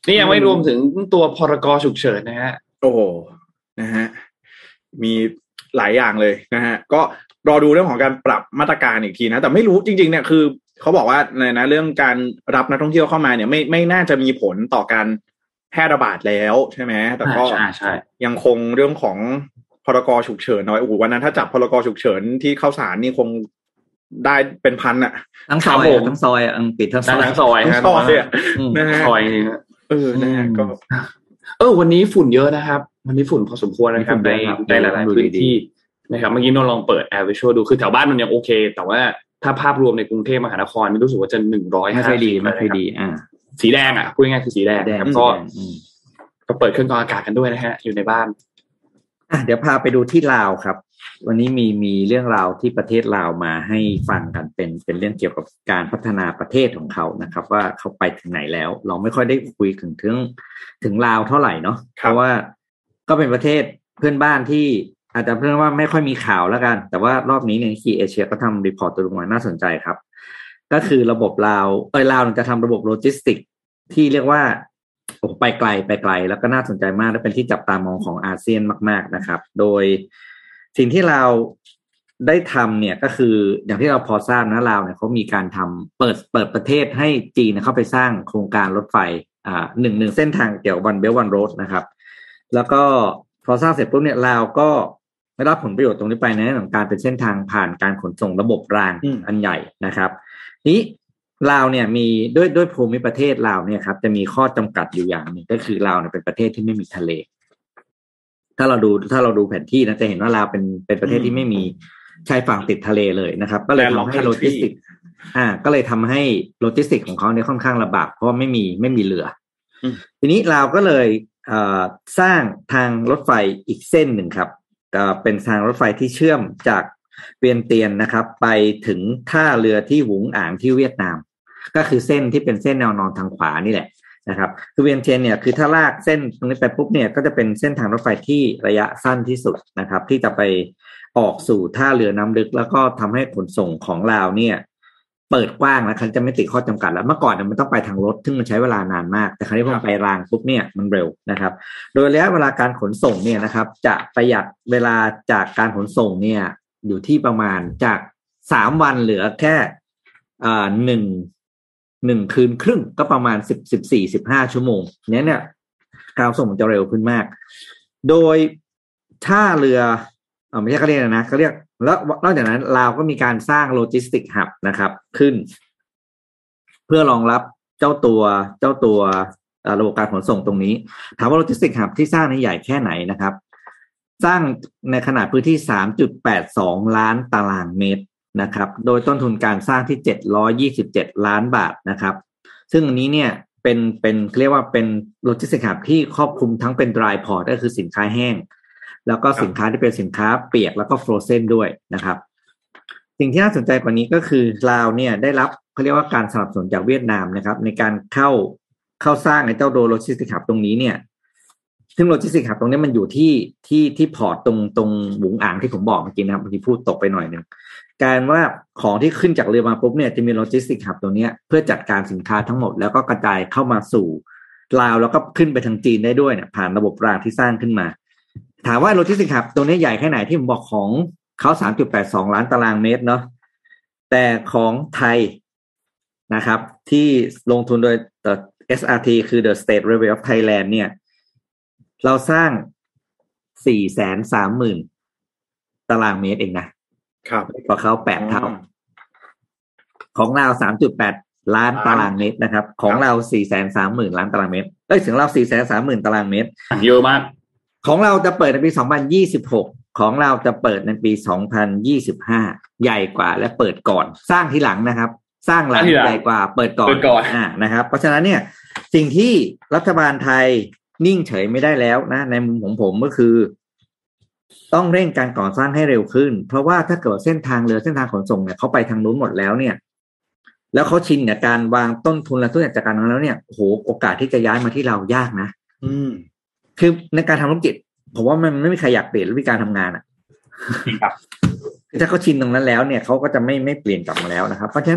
นี่ยังไม่รวมถึงตัวพรกฉุกเฉินนะฮะโอ้โหนะฮะมีหลายอย่างเลยนะฮะก็รอดูเรื่องของการปรับมาตรการอีกทีนะแต่ไม่รู้จริงๆเนี่ยคือเขาบอกว่าในนะเรื่องการรับนักท่องเที่ยวเข้ามาเนี่ยไม่ไม่น่าจะมีผลต่อการแพร่ระบาดแล้วใช่ไหมแต่ก็ยังคงเรื่องของพรกฉุกเฉินน้อยโอ้โหวันนั้นถ้าจับพรกฉุกเฉินที่เข้าสารนี่คงได้เป็นพันอะทั้งซอยทั้งซอยอ่ะปิดทั้งซอยทั้งซอยทั้งซอยอ่ะนะฮะซอยเออนะฮะก็เออวันนี้ฝุ่นเยอะนะครับวันนี้ฝุ่นพอสมควรนะครับในในหลายๆพื้นที่นะครับเมื่อกี้นนลองเปิด Air Visual ดูคือแถวบ้านมันยังโอเคแต่ว่าถ้าภาพรวมในกรุงเทพมหานครนี่รู้สึกว่าจะหนึ่งร้อยห้าสิบไม่ค่อยดีไม่ค่อยดีอ่าสีแดงอ่ะพูดง่ายๆคือสีแดงครับก็ก็เปิดเครื่องกรองอากาศกันด้วยนะฮะอยู่ในบ้านอ่ะเดี๋ยวพาไปดูที่ลาวครับวันนี้มีมีเรื่องราวที่ประเทศลาวมาให้ฟังกันเป็นเป็นเรื่องเกี่ยวกับการพัฒนาประเทศของเขานะครับว่าเขาไปถึงไหนแล้วเราไม่ค่อยได้คุยถึงถึงถึงลาวเท่าไหร่เนาะเพราะว่าก็เป็นประเทศเพื่อนบ้านที่อาจจะเพื่อนว่าไม่ค่อยมีข่าวแล้วกันแต่ว่ารอบนี้เนี่ยคีเอเชียก็ทำรีพอร์ตตัวลงมาน่าสนใจครับก็คือระบบลาวเออลาวจะทำระบบโลจิสติกที่เรียกว่าโอ้ไปไกลไปไกลแล้วก็น่าสนใจมากและเป็นที่จับตามองของอาเซียนมากๆนะครับโดยสิ่งที่เราได้ทำเนี่ยก็คืออย่างที่เราพอทราบนะลาวเนี่ยเขามีการทำเปิดเปิดประเทศให้จีนเข้าไปสร้างโครงการรถไฟอ่าหนึ่งหนึ่งเส้นทางเกี่ยวกับวันเบลวันโรดนะครับแล้วก็พอสร้างเสร็จปุ๊บเนี่ยลาวก็ได้รับผลประโยชน์ตรงนี้ไปในเรื่องของการเป็นเส้นทางผ่านการขนส่งระบบรางอันใหญ่นะครับนี้ลาวเนี่ยมีด้วยด้วยภูมิประเทศลาวเนี่ยครับจะมีข้อจำกัดอยู่อย่างหนึ่งก็คือลาวเนี่ยเป็นประเทศที่ไม่มีทะเลถ้าเราดูถ้าเราดูแผนที่นะจะเห็นว่าลาวเป็นเป็นประเทศที่ไม่มีชายฝั่งติดทะเลเลยนะครับก็เลยทำให้โลจิสติกอ่าก็เลยทำให้โลจิสติกของเขาเนี่ยค่อนข้างลำบากเพราะว่าไม่มีไม่มีเรือทีนี้ลาวก็เลยเอ่อสร้างทางรถไฟอีกเส้นหนึ่งครับก็เป็นทางรถไฟที่เชื่อมจากเวียนเตียนนะครับไปถึงท่าเรือที่หวุงอ่างที่เวียดนามก็คือเส้นที่เป็นเส้นแนวนอนทางขวานี่แหละนะครับคือเวียนเทียนเนี่ยคือถ้าลากเส้นตรงนี้ไปปุ๊บเนี่ยก็จะเป็นเส้นทางรถไฟที่ระยะสั้นที่สุดนะครับที่จะไปออกสู่ท่าเรือน้ำลึกแล้วก็ทำให้ขนส่งของลาวเนี่ยเปิดกว้างแล้วคันจะไม่ติดข้อจำกัดแล้วเมื่อก่อนเนี่ยมันต้องไปทางรถซึ่งมันใช้เวลานานมากแต่คราวนี้พอไปรางปุ๊บเนี่ยมันเร็วนะครับโดยระยะเวลาการขนส่งเนี่ยนะครับจะประหยัดเวลาจากการขนส่งเนี่ยอยู่ที่ประมาณจากสามวันเหลือแค่อ่าหนึ่งหนึ่งคืนครึ่งก็ประมาณสิบสิบสี่สิบห้าชั่วโมงเนี้ยเนี่ยการส่งมันจะเร็วขึ้นมากโดยท่าเรือเออไม่ใช่เขาเรียกนะเขาเรียกแล้วนอกจากนั้นลาวก็มีการสร้างโลจิสติกฮับนะครับขึ้นเพื่อรองรับเจ้าตัวเจ้าตัวระบบการขนส่งตรงนี้ถามว่าโลจิสติกฮับที่สร้างนี้ใหญ่แค่ไหนนะครับสร้างในขนาดพื้นที่ สามจุดแปดสอง ล้านตารางเมตรนะครับโดยต้นทุนการสร้างที่เจ็ดร้อยยี่สิบเจ็ดล้านบาทนะครับซึ่งอันนี้เนี่ยเป็นเป็นเรียกว่าเป็นโลจิสติกฮับที่ครอบคลุมทั้งเป็น dry port ก็คือสินค้าแห้งแล้วก็สินค้าที่เป็นสินค้าเปียกแล้วก็ frozen ด้วยนะครับสิ่งที่น่าสนใจกว่านี้ก็คือลาวเนี่ยได้รับเขาเรียกว่าการสนับสนุนจากเวียดนามนะครับในการเข้าเข้าสร้างไอ้เจ้าโดโลจิสติกฮับตรงนี้เนี่ยซึ่งโลจิสติกฮับตรงนี้มันอยู่ที่ที่ที่พอร์ตตรงตรงหวุงอ่างที่ผมบอกเมื่อกี้นะครับที่พูดตกไปหน่อยนึงการว่าของที่ขึ้นจากเรือมาปุ๊บเนี่ยจะมีโลจิสติกฮับตรงนี้เพื่อจัดการสินค้าทั้งหมดแล้วก็กระจายเข้ามาสู่ลาวแล้วก็ขึ้นไปทางจีนได้ด้วยเนี่ยผ่านระบบรางที่สร้างขึ้นมาถามว่าโลจิสติกฮับตรงนี้ใหญ่แค่ไหนที่ผมบอกของเขา สามจุดแปดสอง ล้านตารางเมตรเนาะแต่ของไทยนะครับที่ลงทุนโดย เอส อาร์ ที คือ The State Railway of Thailand เนี่ยเราสร้าง สี่แสนสามหมื่น ตารางเมตรเองนะครับกว่าเขาแปดเท่าของเรา สามจุดแปด ล้านตารางเมตรนะครับของเรา สี่แสนสามหมื่น ล้านตารางเมตรเอ้ยถึงเรา สี่แสนสามหมื่น ตารางเมตรเยอะมากของเราจะเปิดในปีสองพันยี่สิบหกของเราจะเปิดในปีสองพันยี่สิบห้าใหญ่กว่าและเปิดก่อนสร้างทีหลังนะครับสร้างหลังใหญ่กว่าเปิดก่อนอ่านะครับเพราะฉะนั้นเนี่ยสิ่งที่รัฐบาลไทยนิ่งเฉยไม่ได้แล้วนะในมุมของผมก็คือต้องเร่งการก่อสร้างให้เร็วขึ้นเพราะว่าถ้าเกิดเส้นทางเรือเส้นทางขนส่งเนี่ยเขาไปทางนู้นหมดแล้วเนี่ยแล้วเขาชินกับการวางต้นทุนและทุกอย่างจากการนั้นแล้วเนี่ยโอ้โหโอกาสที่จะย้ายมาที่เรายากนะอืมคือในการทำธุรกิจผมว่ามันไม่มีใครอยากเปลี่ยนวิธีการทำงานอ่ะถ้าเขาชินตรงนั้นแล้วเนี่ยเขาก็จะไม่ไม่เปลี่ยนกลับมาแล้วนะครับเพราะฉะนั้น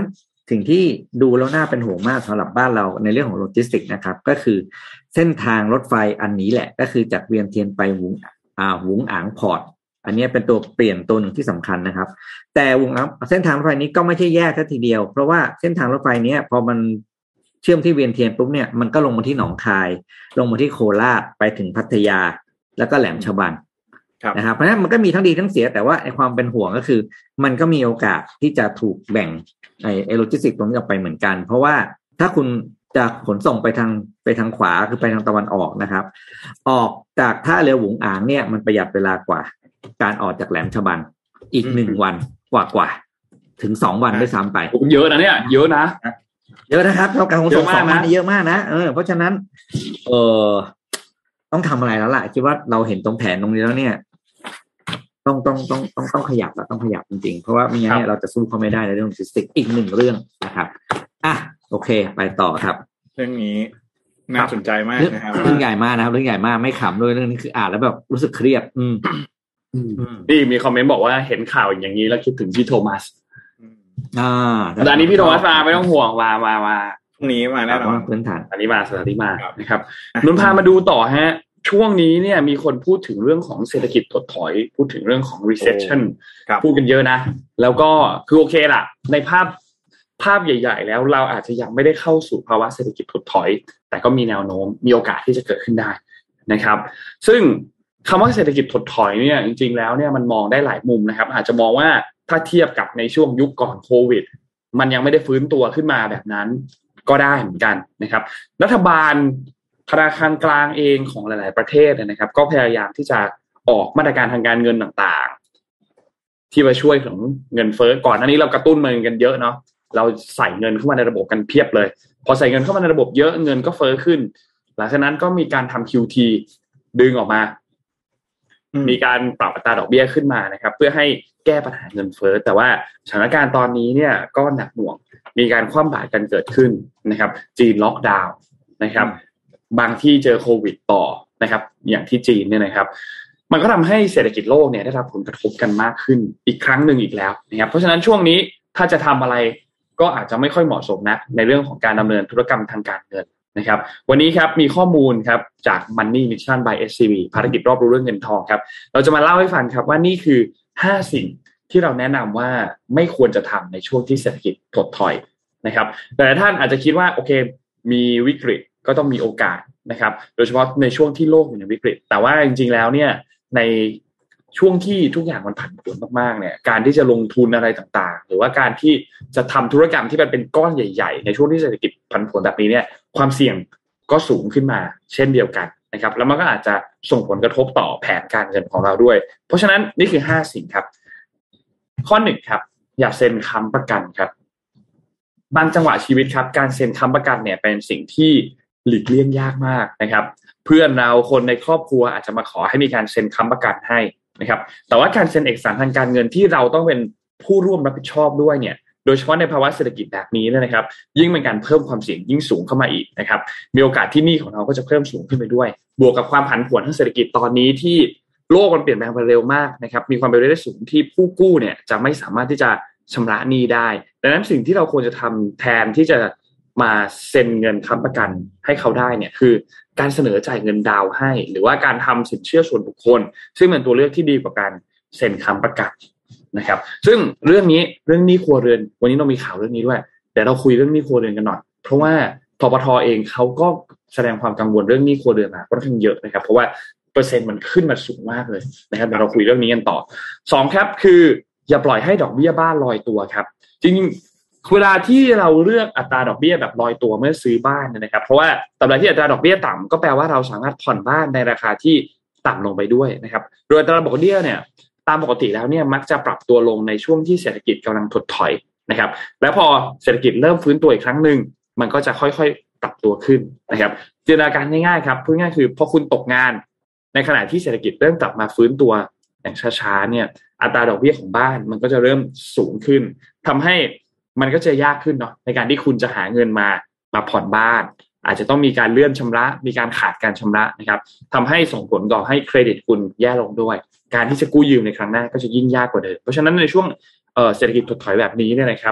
สิ่งที่ดูแล้วน่าเป็นห่วงมากสำหรับบ้านเราในเรื่องของโลจิสติกส์นะครับก็คือเส้นทางรถไฟอันนี้แหละก็คือจากเวียงเทียนไปหุงอ่าหุงอ่างพอร์ตอันนี้เป็นตัวเปลี่ยนตัวหนึ่งที่สำคัญนะครับแต่วงเส้นทางรถไฟนี้ก็ไม่ใช่แยกแค่ทีเดียวเพราะว่าเส้นทางรถไฟนี้พอมันเชื่อมที่เวียงเทียนปุ๊บเนี่ยมันก็ลงมาที่หนองคายลงมาที่โคราชไปถึงพัทยาแล้วก็แหลมฉบังนะครับเพราะฉะนั้นมันก็มีทั้งดีทั้งเสียแต่ว่าไอ้ความเป็นห่วงก็คือมันก็มีโอกาสที่จะถูกแบ่งไอ้โลจิสติกส์ตรงนี้ออกไปเหมือนกันเพราะว่าถ้าคุณจะขนส่งไปทางไปทางขวาคือไปทางตะวันออกนะครับออกจากท่าเรือหวุงอ่างเนี่ยมันประหยัดเวลากว่าการออกจากแหลมฉบังอีกหนึ่งวันกว่ากว่าถึงสองวันด้วยซ้ำไปเยอะนะเนี่ยเยอะนะเยอะนะครับเราการขนส่งสองวันเยอะมากนะเออเพราะฉะนั้นเออต้องทำอะไรแล้วล่ะคิดว่าเราเห็นตรงแผนตรงนี้แล้วเนี่ยต้องต้องต้องต้องต้องขยับแล้วต้องขยับจริงๆเพราะว่าไม่งั้นเนี่ยเราจะสู้เขาไม่ได้ในเรื่องโลจิสติกส์อีกหนึ่งเรื่องนะครับอ่ะโอเคไปต่อครับเรื่องนี้น่าสนใจมากนะครับเรื่องใหญ่มากนะครับเรื่องใหญ่มากไม่ขำด้วยเรื่องนี้คืออ่านแล้วแบบรู้สึกเครียดอืมนี่มีคอมเมนต์บอกว่าเห็นข่าวอย่างนี้แล้วคิดถึงพี่โทมัสอ่าแต่อันนี้พี่โทมัสมาไม่ต้องห่วงมามามาพรุ่งนี้มาแน่นอนพื้นฐานอันนี้มาสถานที่มานะครับนุ่นพามาดูต่อฮะช่วงนี้เนี่ยมีคนพูดถึงเรื่องของเศรษฐกิจถดถอยพูดถึงเรื่องของ recession พูดกันเยอะนะแล้วก็คือโอเคล่ะในภาพภาพใหญ่ๆแล้วเราอาจจะยังไม่ได้เข้าสู่ภาวะเศรษฐกิจถดถอยแต่ก็มีแนวโน้มมีโอกาสที่จะเกิดขึ้นได้นะครับซึ่งคำว่าเศรษฐกิจถดถอยเนี่ยจริงๆแล้วเนี่ยมันมองได้หลายมุมนะครับอาจจะมองว่าถ้าเทียบกับในช่วงยุคก่อนโควิดมันยังไม่ได้ฟื้นตัวขึ้นมาแบบนั้นก็ได้เหมือนกันนะครับรัฐบาลธนาคารกลางเองของหลายๆประเทศนะครับก็พยายามที่จะออกมาตรการทางการเงินต่างๆที่มาช่วยของเงินเฟ้อก่อนหน้านี้เรากระตุ้นเงินกันเยอะเนาะเราใส่เงินเข้ามาในระบบกันเพียบเลยพอใส่เงินเข้ามาในระบบเยอะเงินก็เฟ้อขึ้นหลังจากนั้นก็มีการทำ คิว ที ดึงออกมามีการปรับอัตราดอกเบี้ยขึ้นมานะครับเพื่อให้แก้ปัญหาเงินเฟ้อแต่ว่าสถานการณ์ตอนนี้เนี่ยก็หนักหน่วงมีการคว่ำบาตรกันเกิดขึ้นนะครับจีนล็อกดาวน์นะครับบางที่เจอโควิดต่อนะครับอย่างที่จีนเนี่ยนะครับมันก็ทำให้เศรษฐกิจโลกเนี่ยได้รับผลกระทบกันมากขึ้นอีกครั้งหนึ่งอีกแล้วนะครับเพราะฉะนั้นช่วงนี้ถ้าจะทำอะไรก็อาจจะไม่ค่อยเหมาะสมนะในเรื่องของการดำเนินธุรกรรมทางการเงินนะครับวันนี้ครับมีข้อมูลครับจาก Money Mission by เอส ซี บี ภารกิจรอบรู้เรื่องเงินทองครับเราจะมาเล่าให้ฟังครับว่านี่คือห้าสิ่งที่เราแนะนำว่าไม่ควรจะทำในช่วงที่เศรษฐกิจถดถอยนะครับแต่ท่านอาจจะคิดว่าโอเคมีวิกฤตก็ต้องมีโอกาสนะครับโดยเฉพาะในช่วงที่โลกอยู่ในวิกฤตแต่ว่าจริงๆแล้วเนี่ยในช่วงที่ทุกอย่างมันผันผวนมากๆเนี่ยการที่จะลงทุนอะไรต่างๆหรือว่าการที่จะทำธุรกรรมที่มันเป็นก้อนใหญ่ๆในช่วงที่เศรษฐกิจผันผวนแบบนี้เนี่ยความเสี่ยงก็สูงขึ้นมาเช่นเดียวกันนะครับแล้วมันก็อาจจะส่งผลกระทบต่อแผนการเงินของเราด้วยเพราะฉะนั้นนี่คือห้าสิ่งครับข้อหนึ่งครับอย่าเซ็นค้ำประกันครับบางจังหวะชีวิตครับการเซ็นค้ำประกันเนี่ยเป็นสิ่งที่หลีกเลี่ยงยากมากนะครับเพื่อนเราคนในครอบครัวอาจจะมาขอให้มีการเซ็นค้ำประกันให้นะครับแต่ว่าการเซ็นเอกสารทางการเงินที่เราต้องเป็นผู้ร่วมรับผิดชอบด้วยเนี่ยโดยเฉพาะในภาวะเศรษฐกิจแบบนี้เนี่ยนะครับยิ่งเป็นการเพิ่มความเสี่ยงยิ่งสูงเข้ามาอีกนะครับมีโอกาสที่หนี้ของเราก็จะเพิ่มสูงขึ้นไปด้วยบวกกับความผันผวนทางเศรษฐกิจตอนนี้ที่โลกมันเปลี่ยนแปลงไปเร็วมากนะครับมีความเป็นไปได้สูงที่ผู้กู้เนี่ยจะไม่สามารถที่จะชำระหนี้ได้ดังนั้นสิ่งที่เราควรจะทำแทนที่จะมาเซ็นเงินค้ำประกันให้เขาได้เนี่ยคือการเสนอจ่ายเงินดาวให้หรือว่าการทำสินเชื่อส่วนบุคคลซึ่งเป็นตัวเลือกที่ดีกว่าการเซ็นค้ำประกันนะครับซึ่งเรื่องนี้เรื่องหนี้ครัวเรือนวันนี้เรามีข่าวเรื่องนี้ด้วยแต่เราคุยเรื่องหนี้ครัวเรือนกันหน่อยเพราะว่าธปท.เองเขาก็แสดงความกังวลเรื่องหนี้ครัวเรือนมาค่อนข้างเยอะนะครับเพราะว่าเปอร์เซ็นต์มันขึ้นมาสูงมากเลยนะครับเดี๋ยวเราคุยเรื่องนี้กันต่อสองครับคืออย่าปล่อยให้ดอกเบี้ยบ้านลอยตัวครับจริงเวลาที่เราเลือกอัตราดอกเบี้ยแบบลอยตัวเมื่อซื้อบ้านนะครับเพราะว่าตราบใดที่อัตราดอกเบี้ยต่ำก็แปลว่าเราสามารถผ่อนบ้านในราคาที่ต่ำลงไปด้วยนะครับโดยอัตราดอกเบี้ยเนี่ยตามปกติแล้วเนี่ยมักจะปรับตัวลงในช่วงที่เศรษฐกิจกำลังถดถอยนะครับแล้วพอเศรษฐกิจเริ่มฟื้นตัวอีกครั้งนึงมันก็จะค่อยๆปรับตัวขึ้นนะครับจินตนาการง่ายๆครับพูดง่ายๆคือพอคุณตกงานในขณะที่เศรษฐกิจเริ่มกลับมาฟื้นตัวอย่างช้าๆเนี่ยอัตราดอกเบี้ยของบ้านมันก็จะเริ่มสูงขึ้นทำให้มันก็จะยากขึ้นเนาะในการที่คุณจะหาเงินมามาผ่อนบ้านอาจจะต้องมีการเลื่อนชำระมีการขาดการชำระนะครับทำให้ส่งผลต่อให้เครดิตคุณแย่ลงด้วยการที่จะกู้ยืมในครั้งหน้าก็จะยิ่งยากกว่าเดิมเพราะฉะนั้นในช่วงเอ่อเศรษฐกิจถดถอยแบบนี้เนี่ยนะครับ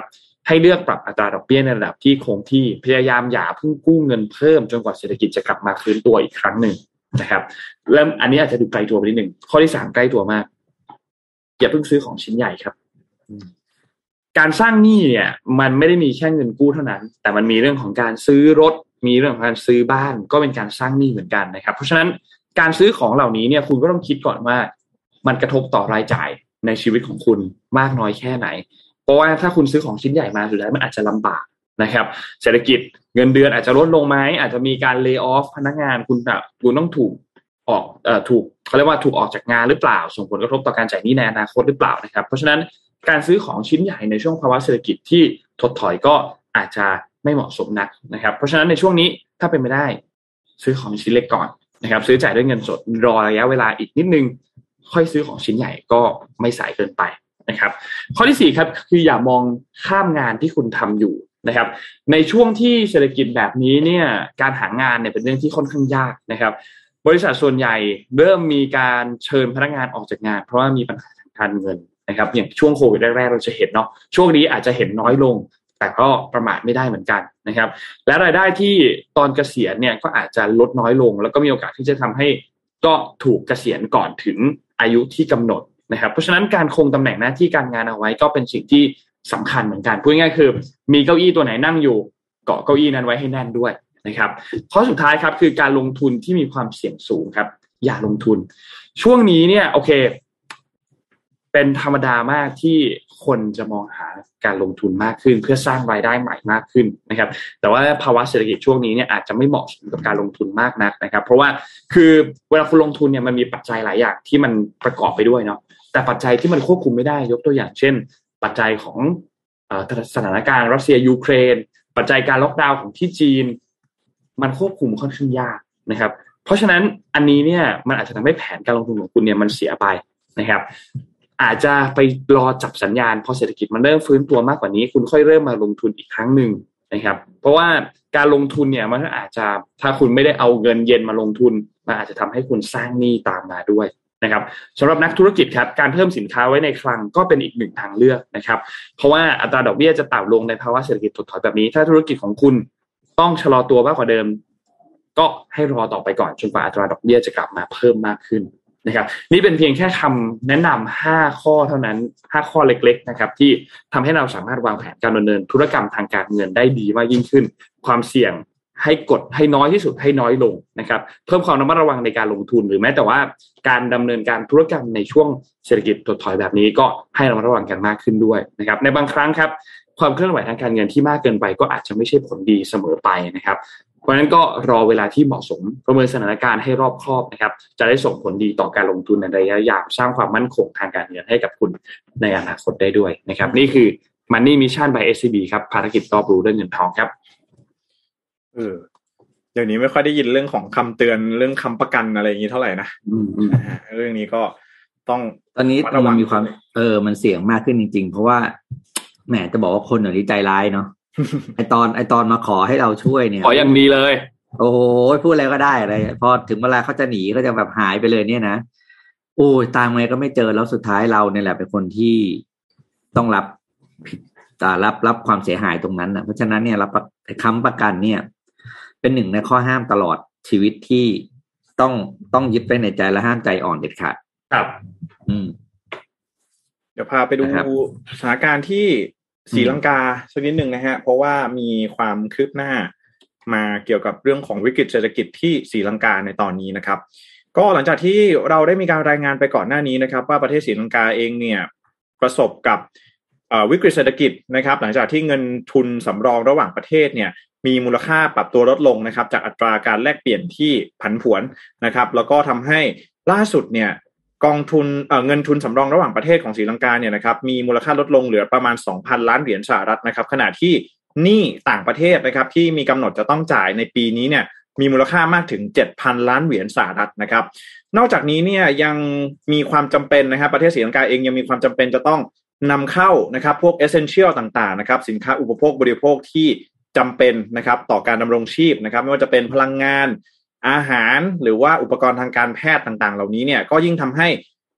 ให้เลือกปรับอัตราดอกเบี้ยในระดับที่คงที่พยายามอย่าเพิ่งกู้เงินเพิ่มจนกว่าเศรษฐกิจจะกลับมาฟื้นตัวอีกครั้งหนึ่งนะครับเริ่มอันนี้อาจจะดูไกลตัวไปนิดนึงข้อที่สามใกล้ตัวมากอย่าเพิ่งซื้อของชิ้นใหญ่ครับการสร้างหนี้เนี่ยมันไม่ได้มีแค่เงินกู้เท่านั้นแต่มันมีเรื่องของการซื้อรถมีเรื่องของการซื้อบ้านก็เป็นการสร้างหนี้เหมือนกันนะครับเพราะฉะนั้นการซื้อของเหล่านี้เนี่ยคุณก็ต้องคิดก่อนว่ามันกระทบต่อรายจ่ายในชีวิตของคุณมากน้อยแค่ไหนเพราะว่าถ้าคุณซื้อของชิ้นใหญ่มาสุดท้ายมันอาจจะลำบากนะครับเศรษฐกิจเงินเดือนอาจจะลดลงไหมอาจจะมีการเลย์ออฟพนักงานคุณแบบคุณต้องถูกออกเอ่อถูกเขาเรียกว่าถูกออกจากงานหรือเปล่าส่งผลกระทบต่อการจ่ายหนี้ในอนาคตหรือเปล่านะครับเพราะฉะนั้นการซื้อของชิ้นใหญ่ในช่วงภาวะเศรษฐกิจที่ถดถอยก็อาจจะไม่เหมาะสมนักนะครับเพราะฉะนั้นในช่วงนี้ถ้าเป็นไม่ได้ซื้อของชิ้นเล็กก่อนนะครับซื้อจ่ายด้วยเงินสดรอระยะเวลาอีกนิดนึงค่อยซื้อของชิ้นใหญ่ก็ไม่สายเกินไปนะครับข้อที่สี่ครับคืออย่ามองข้ามงานที่คุณทำอยู่นะครับในช่วงที่เศรษฐกิจแบบนี้เนี่ยการหางานเนี่ยเป็นเรื่องที่ค่อนข้างยากนะครับบริษัทส่วนใหญ่เริ่มมีการเชิญพนักงานออกจากงานเพราะว่ามีปัญหาทางการเงินนะครับอย่างช่วงโควิดแรกๆเราจะเห็นเนาะช่วงนี้อาจจะเห็นน้อยลงแต่ก็ประมาทไม่ได้เหมือนกันนะครับและรายได้ที่ตอนเกษียณเนี่ยก็อาจจะลดน้อยลงแล้วก็มีโอกาสที่จะทำให้ก็ถูกเกษียณก่อนถึงอายุที่กำหนดนะครับเพราะฉะนั้นการคงตำแหน่งหน้าที่การงานเอาไว้ก็เป็นสิ่งที่สำคัญเหมือนกันพูดง่ายๆคือมีเก้าอี้ตัวไหนนั่งอยู่เกาะเก้าอี้นั้นไว้ให้แน่นด้วยนะครับข้อสุดท้ายครับคือการลงทุนที่มีความเสี่ยงสูงครับอย่าลงทุนช่วงนี้เนี่ยโอเคเป็นธรรมดามากที่คนจะมองหาการลงทุนมากขึ้นเพื่อสร้างรายได้ใหม่มากขึ้นนะครับแต่ว่าภาวะเศรษฐกิจช่วงนี้เนี่ยอาจจะไม่เหมาะสมกับการลงทุนมากนักนะครับเพราะว่าคือเวลาคุณลงทุนเนี่ยมันมีปัจจัยหลายอย่างที่มันประกอบไปด้วยเนาะแต่ปัจจัยที่มันควบคุมไม่ได้ยกตัวอย่างเช่นปัจจัยของสถานการณ์รัสเซียยูเครนปัจจัยการล็อกดาวน์ของที่จีนมันควบคุมค่อนข้างยากนะครับเพราะฉะนั้นอันนี้เนี่ยมันอาจจะทำให้แผนการลงทุนของคุณเนี่ยมันเสียไปนะครับอาจจะไปรอจับสัญญาณพอเศรษฐกิจมันเริ่มฟื้นตัวมากกว่านี้คุณค่อยเริ่มมาลงทุนอีกครั้งหนึ่งนะครับเพราะว่าการลงทุนเนี่ยมันอาจจะถ้าคุณไม่ได้เอาเงินเย็นมาลงทุนมันอาจจะทำให้คุณสร้างหนี้ตามมาด้วยนะครับสำหรับนักธุรกิจครับการเพิ่มสินค้าไว้ในคลังก็เป็นอีกหนึ่งทางเลือกนะครับเพราะว่าอัตราดอกเบี้ยจะต่ำลงในภาวะเศรษฐกิจถดถอยแบบนี้ถ้าธุรกิจของคุณต้องชะลอตัวมากกว่าเดิมก็ให้รอต่อไปก่อนจนกว่าอัตราดอกเบี้ยจะกลับมาเพิ่มมากขึ้นนะครับนี่เป็นเพียงแค่คำแนะนำห้าข้อเท่านั้นห้าข้อเล็กๆนะครับที่ทำให้เราสามารถวางแผนการดำเนินธุรกรรมทางการเงินได้ดีมากยิ่งขึ้นความเสี่ยงให้กดให้น้อยที่สุดให้น้อยลงนะครับเพิ่มความระมัดระวังในการลงทุนหรือแม้แต่ว่าการดำเนินการธุรกรรมในช่วงเศรษฐกิจถดถอยแบบนี้ก็ให้ระมัดระวังกันมากขึ้นด้วยนะครับในบางครั้งครับความเคลื่อนไหวทางการเงินที่มากเกินไปก็อาจจะไม่ใช่ผลดีเสมอไปนะครับเพราะฉะนั้นก็รอเวลาที่เหมาะสมประเมินสถานการณ์ให้รอบคอบนะครับจะได้ส่งผลดีต่อการลงทุนในระยะยาวสร้างความมั่นคงทางการเงินให้กับคุณในอนาคตได้ด้วยนะครับนี่คือ Money Mission by เอส ซี บี ครับภารกิจรอบรู้เรื่องเงินทองครับเออเดี๋ยวนี้ไม่ค่อยได้ยินเรื่องของคำเตือนเรื่องค้ำประกันอะไรอย่างนี้เท่าไหร่นะเรื่องนี้ก็ต้องตอนนี้มันมีความเออมันเสี่ยงมากขึ้นจริงๆเพราะว่าแหมจะบอกว่าคนเดี๋ยวนี้ใจร้ายเนาะไอตอนไอตอนมาขอให้เราช่วยเนี่ยขออย่างดีเลยโอ้โหพูดอะไรก็ได้อะไรพอถึงเวลาเขาจะหนีก็จะแบบหายไปเลยเนี่ยนะโอ้ยตามไงก็ไม่เจอแล้วสุดท้ายเราเนี่ยแหละเป็นคนที่ต้องรับผิดแต่รับรับความเสียหายตรงนั้นนะเพราะฉะนั้นเนี่ยรับค้ำประกันเนี่ยเป็นหนึ่งในข้อห้ามตลอดชีวิตที่ต้องต้องยึดไว้ในใจและห้ามใจอ่อนเด็ดขาดครับอืมเดี๋ยวพาไปดูสถานการณ์ที่ศรีลังกาสักนิดหนึ่งนะฮะเพราะว่ามีความคืบหน้ามาเกี่ยวกับเรื่องของวิกฤตเศรษฐกิจที่ศรีลังกาในตอนนี้นะครับก็หลังจากที่เราได้มีการรายงานไปก่อนหน้านี้นะครับว่าประเทศศรีลังกาเองเนี่ยประสบกับวิกฤตเศรษฐกิจนะครับหลังจากที่เงินทุนสำรองระหว่างประเทศเนี่ยมีมูลค่าปรับตัวลดลงนะครับจากอัตราการแลกเปลี่ยนที่ผันผวนนะครับแล้วก็ทำให้ล่าสุดเนี่ยกองทุนเอ่อเงินทุนสำรองระหว่างประเทศของศรีลังกาเนี่ยนะครับมีมูลค่าลดลงเหลือประมาณ สองพัน ล้านเหรียญสหรัฐนะครับขณะที่หนี้ต่างประเทศนะครับที่มีกำหนดจะต้องจ่ายในปีนี้เนี่ยมีมูลค่ามากถึง เจ็ดพัน ล้านเหรียญสหรัฐนะครับนอกจากนี้เนี่ยยังมีความจำเป็นนะครับประเทศศรีลังกาเองยังมีความจำเป็นจะต้องนำเข้านะครับพวก essential ต่างๆนะครับสินค้าอุปโภคบริโภคที่จำเป็นนะครับต่อการดำรงชีพนะครับไม่ว่าจะเป็นพลังงานอาหารหรือว่าอุปกรณ์ทางการแพทย์ต่างๆเหล่านี้เนี่ยก็ยิ่งทำให้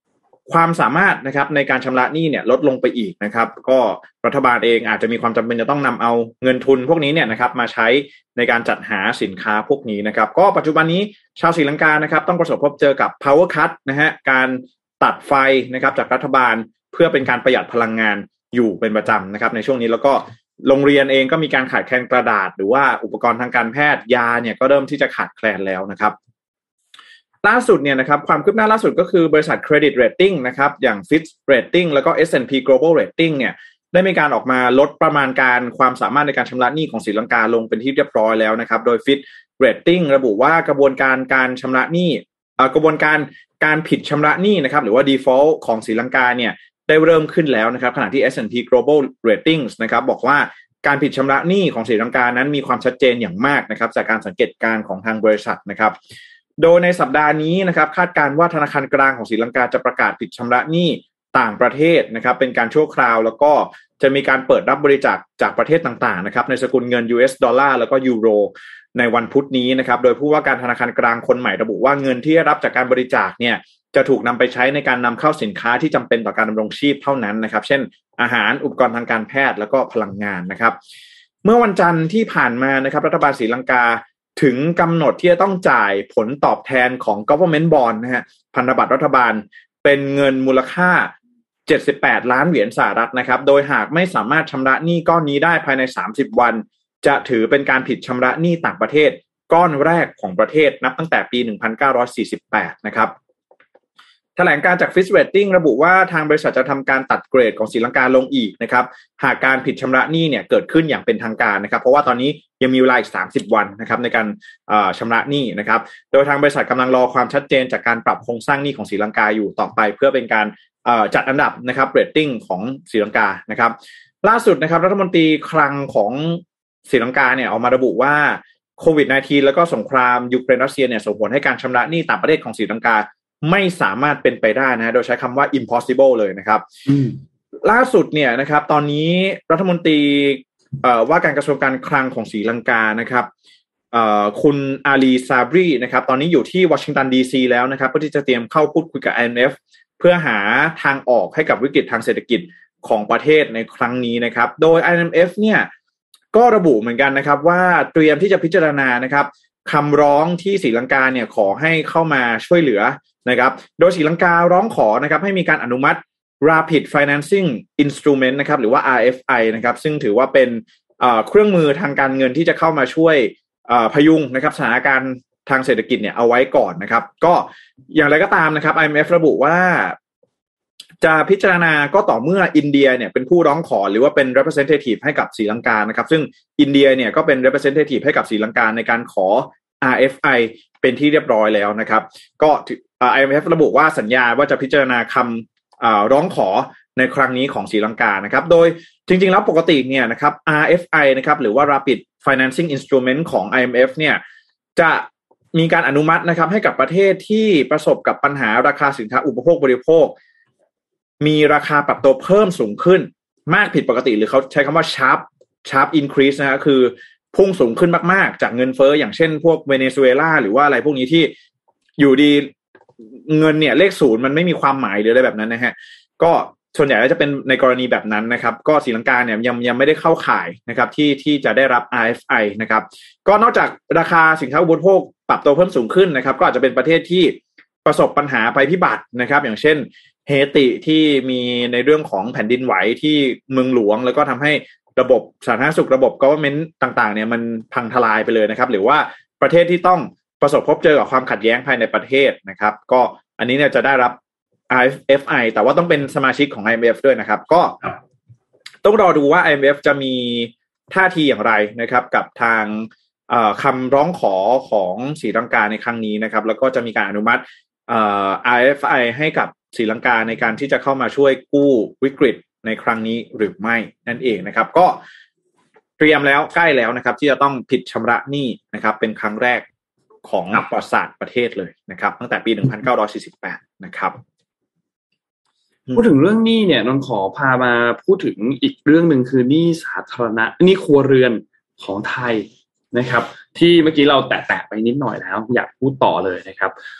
ความสามารถนะครับในการชำระหนี้เนี่ยลดลงไปอีกนะครับก็รัฐบาลเองอาจจะมีความจำเป็นจะต้องนำเอาเงินทุนพวกนี้เนี่ยนะครับมาใช้ในการจัดหาสินค้าพวกนี้นะครับก็ปัจจุบันนี้ชาวศรีลังกานะครับต้องประสบพบเจอกับ power cut นะฮะการตัดไฟนะครับจากรัฐบาลเพื่อเป็นการประหยัดพลังงานอยู่เป็นประจำนะครับในช่วงนี้แล้วก็โรงเรียนเองก็มีการขาดแคลนกระดาษหรือว่าอุปกรณ์ทางการแพทย์ยาเนี่ยก็เริ่มที่จะขาดแคลนแล้วนะครับล่าสุดเนี่ยนะครับความคืบหน้าล่าสุดก็คือบริษัท Credit Rating นะครับอย่าง Fitch Rating แล้วก็ เอส แอนด์ พี Global Rating เนี่ยได้มีการออกมาลดประมาณการความสามารถในการชำระหนี้ของศรีลังกาลงเป็นที่เรียบร้อยแล้วนะครับโดย Fitch Rating ระบุว่ากระบวนการการชำระหนี้กระบวนการการผิดชำระหนี้นะครับหรือว่า default ของศรีลังกาเนี่ยได้เริ่มขึ้นแล้วนะครับขณะที่ เอส แอนด์ พี Global Ratings นะครับบอกว่าการผิดชำระหนี้ของศรีลังกานั้นมีความชัดเจนอย่างมากนะครับจากการสังเกตการณ์ของทางบริษัทนะครับโดยในสัปดาห์นี้นะครับคาดการณ์ว่าธนาคารกลางของศรีลังกาจะประกาศผิดชำระหนี้ต่างประเทศนะครับเป็นการชั่วคราวแล้วก็จะมีการเปิดรับบริจาคจากประเทศต่างๆนะครับในสกุลเงิน ยู เอส ดอลลาร์แล้วก็ยูโรในวันพุธนี้นะครับโดยผู้ว่าการธนาคารกลางคนใหม่ระบุว่าเงินที่ได้รับจากการบริจาคเนี่ยจะถูกนำไปใช้ในการนำเข้าสินค้าที่จำเป็นต่อการดำรงชีพเท่านั้นนะครับเช่นอาหารอุปกรณ์ทางการแพทย์แล้วก็พลังงานนะครับเมื่อวันจันทร์ที่ผ่านมานะครับรัฐบาลศรีลังกาถึงกำหนดที่จะต้องจ่ายผลตอบแทนของ government bond นะฮะพันธบัตรรัฐบาลเป็นเงินมูลค่าเจ็ดสิบแปดล้านเหรียญสหรัฐนะครับโดยหากไม่สามารถชำระหนี้ก้อนนี้ได้ภายในสามสิบวันจะถือเป็นการผิดชำระหนี้ต่างประเทศก้อนแรกของประเทศนับตั้งแต่ปีหนึ่งพันเก้าร้อยสี่สิบแปดนะครับแถลงการจาก Fitch Rating ระบุว่าทางบริษัทจะทำการตัดเกรดของศรีลังกาลงอีกนะครับหากการผิดชำระหนี้เนี่ยเกิดขึ้นอย่างเป็นทางการนะครับเพราะว่าตอนนี้ยังมีเวลาอีกสามสิบวันนะครับในการชำระหนี้นะครับโดยทางบริษัทกำลังรอความชัดเจนจากการปรับโครงสร้างหนี้ของศรีลังกาอยู่ต่อไปเพื่อเป็นการจัดอันดับนะครับเรตติ้งของศรีลังกานะครับล่าสุดนะครับรัฐมนตรีคลังของศรีลังกาเนี่ยออกมาระบุว่าโควิด สิบเก้า แล้วก็สงครามยูเครนรัสเซียเนี่ยส่งผลให้การชำระหนี้ต่างประเทศของศรีลังกาไม่สามารถเป็นไปได้นะโดยใช้คำว่า impossible เลยนะครับล่าสุดเนี่ยนะครับตอนนี้รัฐมนตรีว่าการกระทรวงการคลังของศรีลังกานะครับคุณอาลีซาบรีนะครับตอนนี้อยู่ที่วอชิงตันดีซีแล้วนะครับเพื่อที่จะเตรียมเข้าพูดคุยกับ ไอ เอ็ม เอฟ เพื่อหาทางออกให้กับวิกฤตทางเศรษฐกิจของประเทศในครั้งนี้นะครับโดย ไอ เอ็ม เอฟ เนี่ยก็ระบุเหมือนกันนะครับว่าเตรียมที่จะพิจารณานะครับคำร้องที่ศรีลังกาเนี่ยขอให้เข้ามาช่วยเหลือนะครับโดยศรีลังการ้องขอนะครับให้มีการอนุมัติ Rapid Financing Instrument นะครับหรือว่า อาร์ เอฟ ไอ นะครับซึ่งถือว่าเป็นเครื่องมือทางการเงินที่จะเข้ามาช่วยพยุงนะครับสถานการณ์ทางเศรษฐกิจเนี่ยเอาไว้ก่อนนะครับก็อย่างไรก็ตามนะครับ ไอ เอ็ม เอฟ ระบุว่าจะพิจารณาก็ต่อเมื่ออินเดียเนี่ยเป็นผู้ร้องขอหรือว่าเป็น representative ให้กับศรีลังกานะครับซึ่งอินเดียเนี่ยก็เป็น representative ให้กับศรีลังกาในการขอ อาร์ เอฟ ไอ เป็นที่เรียบร้อยแล้วนะครับก็ไอ เอ็ม เอฟ ระบุว่าสัญญาว่าจะพิจารณาคำร้องขอในครั้งนี้ของศรีลังกานะครับโดยจริงๆแล้วปกติเนี่ยนะครับ อาร์ เอฟ ไอ นะครับหรือว่า Rapid Financing Instrument ของ ไอ เอ็ม เอฟ เนี่ยจะมีการอนุมัตินะครับให้กับประเทศที่ประสบกับปัญหาราคาสินค้าอุปโภคบริโภคมีราคาปรับตัวเพิ่มสูงขึ้นมากผิดปกติหรือเขาใช้คำว่า sharp sharp increase นะคือพุ่งสูงขึ้นมากๆจากเงินเฟ้ออย่างเช่นพวกเวเนซุเอลาหรือว่าอะไรพวกนี้ที่อยู่ดีเงินเนี่ยเลขศูนย์มันไม่มีความหมายหรืออะไรแบบนั้นนะฮะก็ส่วนใหญ่ก็จะเป็นในกรณีแบบนั้นนะครับก็ศรีลังกาเนี่ยยังยังไม่ได้เข้าข่ายนะครับที่ที่จะได้รับ อาร์ เอฟ ไอ นะครับก็นอกจากราคาสินค้าอุปโภคปรับตัวเพิ่มสูงขึ้นนะครับก็อาจจะเป็นประเทศที่ประสบปัญหาภัยพิบัตินะครับอย่างเช่นเฮติที่มีในเรื่องของแผ่นดินไหวที่เมืองหลวงแล้วก็ทำให้ระบบสาธารณสุขระบบ government ต่างๆเนี่ยมันพังทลายไปเลยนะครับหรือว่าประเทศที่ต้องประสบพบเจอกับความขัดแย้งภายในประเทศนะครับก็อันนี้เนี่ยจะได้รับ อาร์ เอฟ ไอ แต่ว่าต้องเป็นสมาชิกของ ไอ เอ็ม เอฟ ด้วยนะครับก็ต้องรอดูว่า ไอ เอ็ม เอฟ จะมีท่าทีอย่างไรนะครับกับทางคำร้องขอของศรีลังกาในครั้งนี้นะครับแล้วก็จะมีการอนุมัติ อาร์ เอฟ ไอ ให้กับศรีลังกาในการที่จะเข้ามาช่วยกู้วิกฤตในครั้งนี้หรือไม่นั่นเองนะครับก็เตรียมแล้วใกล้แล้วนะครับที่จะต้องผิดชำระหนี้นะครับเป็นครั้งแรกของประวัติศาสตร์ประเทศเลยนะครับตั้งแต่ปีหนึ่งพันเก้าร้อยสี่สิบแปดนะครับพูดถึงเรื่องหนี้เนี่ยนนขอพามาพูดถึงอีกเรื่องหนึ่งคือหนี้สาธารณะหนี้ครัวเรือนของไทยนะครับที่เมื่อกี้เราแตะๆไปนิดหน่อยแล้วอยากพูดต่อเลยนะครับ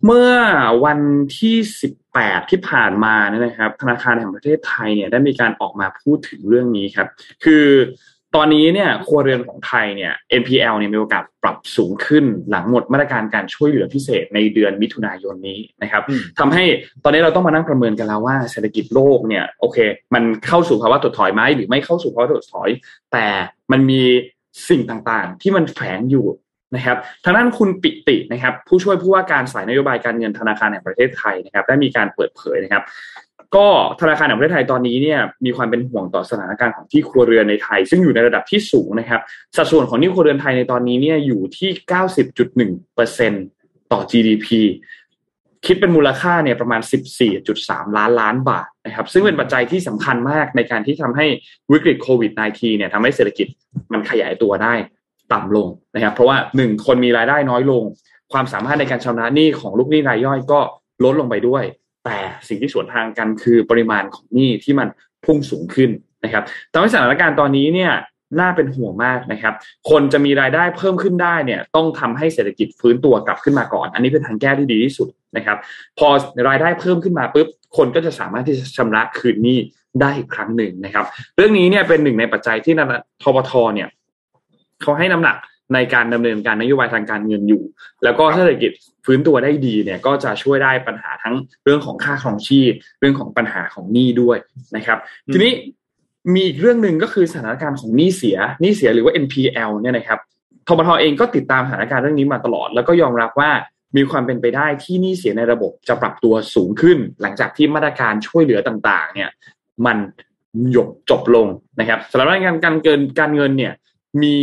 เมื่อวันที่สิบแปดที่ผ่านมาเนี่ยนะครับธนาคารแห่งประเทศไทยเนี่ยได้มีการออกมาพูดถึงเรื่องนี้ครับคือตอนนี้เนี่ยครัวเรือนของไทยเนี่ย เอ็น พี แอล เนี่ยมีโอกาสปรับสูงขึ้นหลังหมดมาตรการการช่วยเหลือพิเศษในเดือนมิถุนายนนี้นะครับทำให้ตอนนี้เราต้องมานั่งประเมินกันแล้วว่าเศรษฐกิจโลกเนี่ยโอเคมันเข้าสู่ภาวะถดถอยไหมหรือไม่เข้าสู่ภาวะถดถอยแต่มันมีสิ่งต่างๆที่มันแฝงอยู่นะครับทางด้านคุณปิตินะครับผู้ช่วยผู้ว่าการสายนโยบายการเงินธนาคารแห่งประเทศไทยนะครับได้มีการเปิดเผยนะครับก็ธนาคารแห่งประเทศไทยตอนนี้เนี่ยมีความเป็นห่วงต่อสถานการณ์ของหนี้ครัวเรือนในไทยซึ่งอยู่ในระดับที่สูงนะครับสัดส่วนของหนี้ครัวเรือนไทยในตอนนี้เนี่ยอยู่ที่ เก้าสิบจุดหนึ่งเปอร์เซ็นต์ ต่อ จี ดี พี คิดเป็นมูลค่าเนี่ยประมาณ สิบสี่จุดสาม ล้านล้านบาทนะครับซึ่งเป็นปัจจัยที่สำคัญมากในการที่ทำให้วิกฤตโควิด สิบเก้า เนี่ยทำให้เศรษฐกิจมันขยายตัวได้ต่ำลงนะครับเพราะว่าหนึ่งคนมีรายได้น้อยลงความสามารถในการชำระหนี้ของลูกหนี้รายย่อยก็ลดลงไปด้วยแต่สิ่งที่สวนทางกันคือปริมาณของหนี้ที่มันพุ่งสูงขึ้นนะครับทำให้สถานการณ์ตอนนี้เนี่ยน่าเป็นห่วงมากนะครับคนจะมีรายได้เพิ่มขึ้นได้เนี่ยต้องทำให้เศรษฐกิจฟื้นตัวกลับขึ้นมาก่อนอันนี้เป็นทางแก้ที่ดีที่สุดนะครับพอรายได้เพิ่มขึ้นมาปุ๊บคนก็จะสามารถที่จะชำระคืนหนี้ได้อีกครั้งหนึ่งนะครับเรื่องนี้เนี่ยเป็นหนึ่งในปัจจัยที่ธปท.เนี่ยเขาให้น้ำหนักในการดำเนินการนโยบายทางการเงินอยู่แล้วก็เศรษฐกิจฟื้นตัวได้ดีเนี่ยก็จะช่วยได้ปัญหาทั้งเรื่องของค่าครองชีพเรื่องของปัญหาของหนี้ด้วยนะครับทีนี้มีอีกเรื่องนึงก็คือสถานการณ์ของหนี้เสียหนี้เสียหรือว่า เอ็น พี แอล เนี่ยนะครับธปท.เองก็ติดตามสถานการณ์เรื่องนี้มาตลอดแล้วก็ยอมรับว่ามีความเป็นไปได้ที่หนี้เสียในระบบจะปรับตัวสูงขึ้นหลังจากที่มาตรการช่วยเหลือต่างๆเนี่ยมันหยบจบลงนะครับสำหรับการการเงินการเงินเนี่ยมี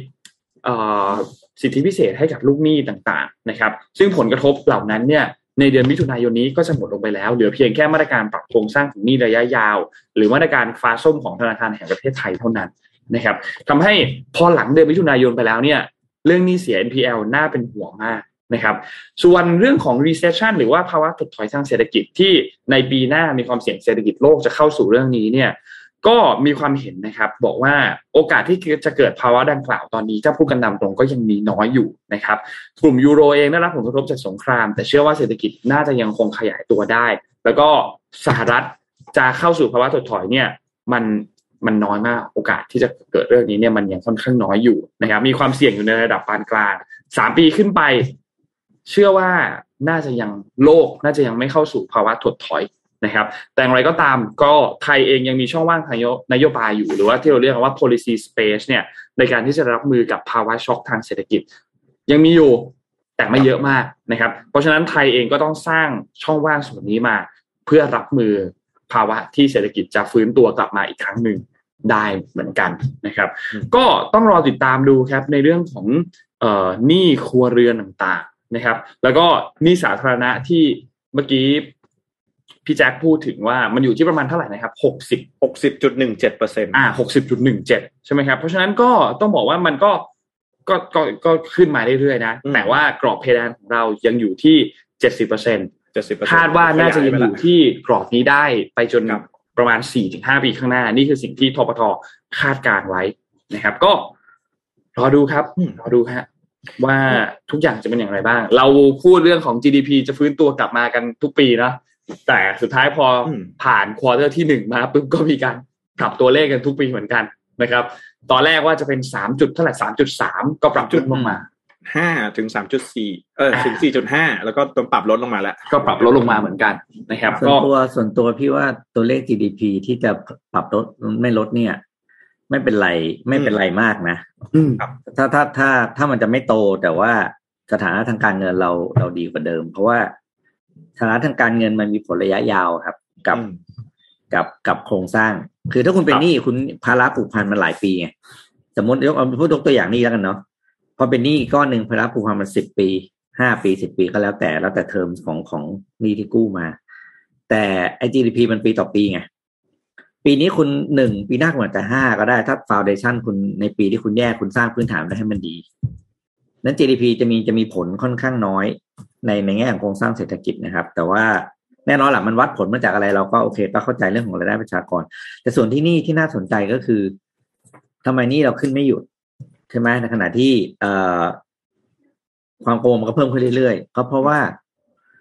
สิทธิพิเศษให้กับลูกหนี้ต่างๆนะครับซึ่งผลกระทบเหล่านั้นเนี่ยในเดือนมิถุนายนนี้ก็จะหมดลงไปแล้วเหลือเพียงแค่มาตรการปรับโครงสร้างของหนี้ระยะยาวหรือมาตรการฟ้าส้มของธนาคารแห่งประเทศไทยเท่านั้นนะครับทำให้พอหลังเดือนมิถุนายนไปแล้วเนี่ยเรื่องหนี้เสีย เอ็น พี แอล น่าเป็นห่วงมากนะครับส่วนเรื่องของ recession หรือว่าภาวะถดถอยทางเศรษฐกิจที่ในปีหน้ามีความเสี่ยงเศรษฐกิจโลกจะเข้าสู่เรื่องนี้เนี่ยก็มีความเห็นนะครับบอกว่าโอกาสที่จะเกิดภาวะดังกล่าวตอนนี้ถ้าพูดกันตามตรงก็ยังมีน้อยอยู่นะครับกลุ่มยูโรเองได้รับผลกระทบจากสงครามแต่เชื่อว่าเศรษฐกิจน่าจะยังคงขยายตัวได้แล้วก็สหรัฐจะเข้าสู่ภาวะถดถอยเนี่ยมันมันน้อยมากโอกาสที่จะเกิดเรื่องนี้เนี่ยมันยังค่อนข้างน้อยอยู่นะครับมีความเสี่ยงอยู่ในระดับปานกลางสามปีขึ้นไปเชื่อว่าน่าจะยังโลกน่าจะยังไม่เข้าสู่ภาวะถดถอยนะครับแต่อย่างไรก็ตามก็ไทยเองยังมีช่องว่างทางนโยบายอยู่หรือว่าที่เราเรียกว่า policy space เนี่ยในการที่จะรับมือกับภาวะช็อคทางเศรษฐกิจยังมีอยู่แต่ไม่เยอะมากนะครับเพราะฉะนั้นไทยเองก็ต้องสร้างช่องว่างส่วนนี้มาเพื่อรับมือภาวะที่เศรษฐกิจจะฟื้นตัวกลับมาอีกครั้งหนึ่งได้เหมือนกันนะครับก็ต้องรอติดตามดูครับในเรื่องของเอ่อหนี้ครัวเรือนต่างๆนะครับแล้วก็หนี้สาธารณะที่เมื่อกี้พี่แจ็คพูดถึงว่ามันอยู่ที่ประมาณเท่าไหร่นะครับหกสิบหกสิบจุดหนึ่งเจ็ดเปอร์เซ็นต์อ่า หกสิบจุดหนึ่งเจ็ด ใช่ไหมครับเพราะฉะนั้นก็ต้องบอกว่ามันก็ก็ก็ก็ขึ้นมาเรื่อยๆนะแต่ว่ากรอบเพดานของเรายังอยู่ที่ เจ็ดสิบเปอร์เซ็นต์เจ็ดสิบเปอร์เซ็นต์คาดว่าน่าจะยังอยู่ที่กรอบนี้ได้ไปจนประมาณ สี่ถึงห้า ปีข้างหน้านี่คือสิ่งที่ธปท.คาดการไว้นะครับก็รอดูครับรอดูฮะว่าทุกอย่างจะเป็นอย่างไรบ้างเราพูดเรื่องของ จี ดี พี จะฟื้นตัวกลับมากันทุกปีนะแต่สุดท้ายพอผ่านควอเตอร์ที่หนึ่งมาปุ๊บก็มีการปรับตัวเลขกันทุกปีเหมือนกันนะครับตอนแรกว่าจะเป็นสามจุดเท่าไหร่ สามจุดสาม ก็ปรับลดลงมาห้าถึง สามจุดสี่ เออถึง สี่จุดห้า แล้วก็ต้องปรับลดลงมาแล้วก็ปรับลดลงมาเหมือนกันนะครับส่วนตัวส่วนตัวพี่ว่าตัวเลข จี ดี พี ที่จะปรับลดไม่ลดเนี่ยไม่เป็นไรไม่เป็นไรมากนะถ้าถ้าถ้าถ้ามันจะไม่โตแต่ว่าสถานะทางการเงินเราเราดีกว่าเดิมเพราะว่าสถานะทางการเงินมันมีผลระยะยาวครับกับกับกับโครงสร้างคือถ้าคุณเป็นหนี้คุณภาระผูกพันมันหลายปีไงสมมติยกเอาพูดตัวอย่างหนี้แล้วกันเนาะพอเป็นหนี้ก้อนหนึ่งภาระผูกพันมันสิบปีห้าปีสิบปีก็แล้วแต่แล้วแต่เทอมของของหนี้ที่กู้มาแต่ไอ้ จี ดี พี มันปีต่อปีไงปีนี้คุณหนึ่งปีหน้าคุณอาจจะห้าก็ได้ถ้าฟาวเดชั่นคุณในปีที่คุณแยกคุณสร้างพื้นฐานได้ให้มันดีนั้น จี ดี พี จะมีจะมีผลค่อนข้างน้อยในในแง่ของโครงสร้างเศรษฐกิจนะครับแต่ว่าแน่นอนแหละมันวัดผลมาจากอะไรเราก็โอเคก็เข้าใจเรื่องของรายได้ประชากรแต่ส่วนที่นี่ที่น่าสนใจก็คือทำไมนี่เราขึ้นไม่หยุดใช่ไหมในขณะที่เอ่อความโกงมันก็เพิ่มขึ้นเรื่อยๆก็เพราะว่า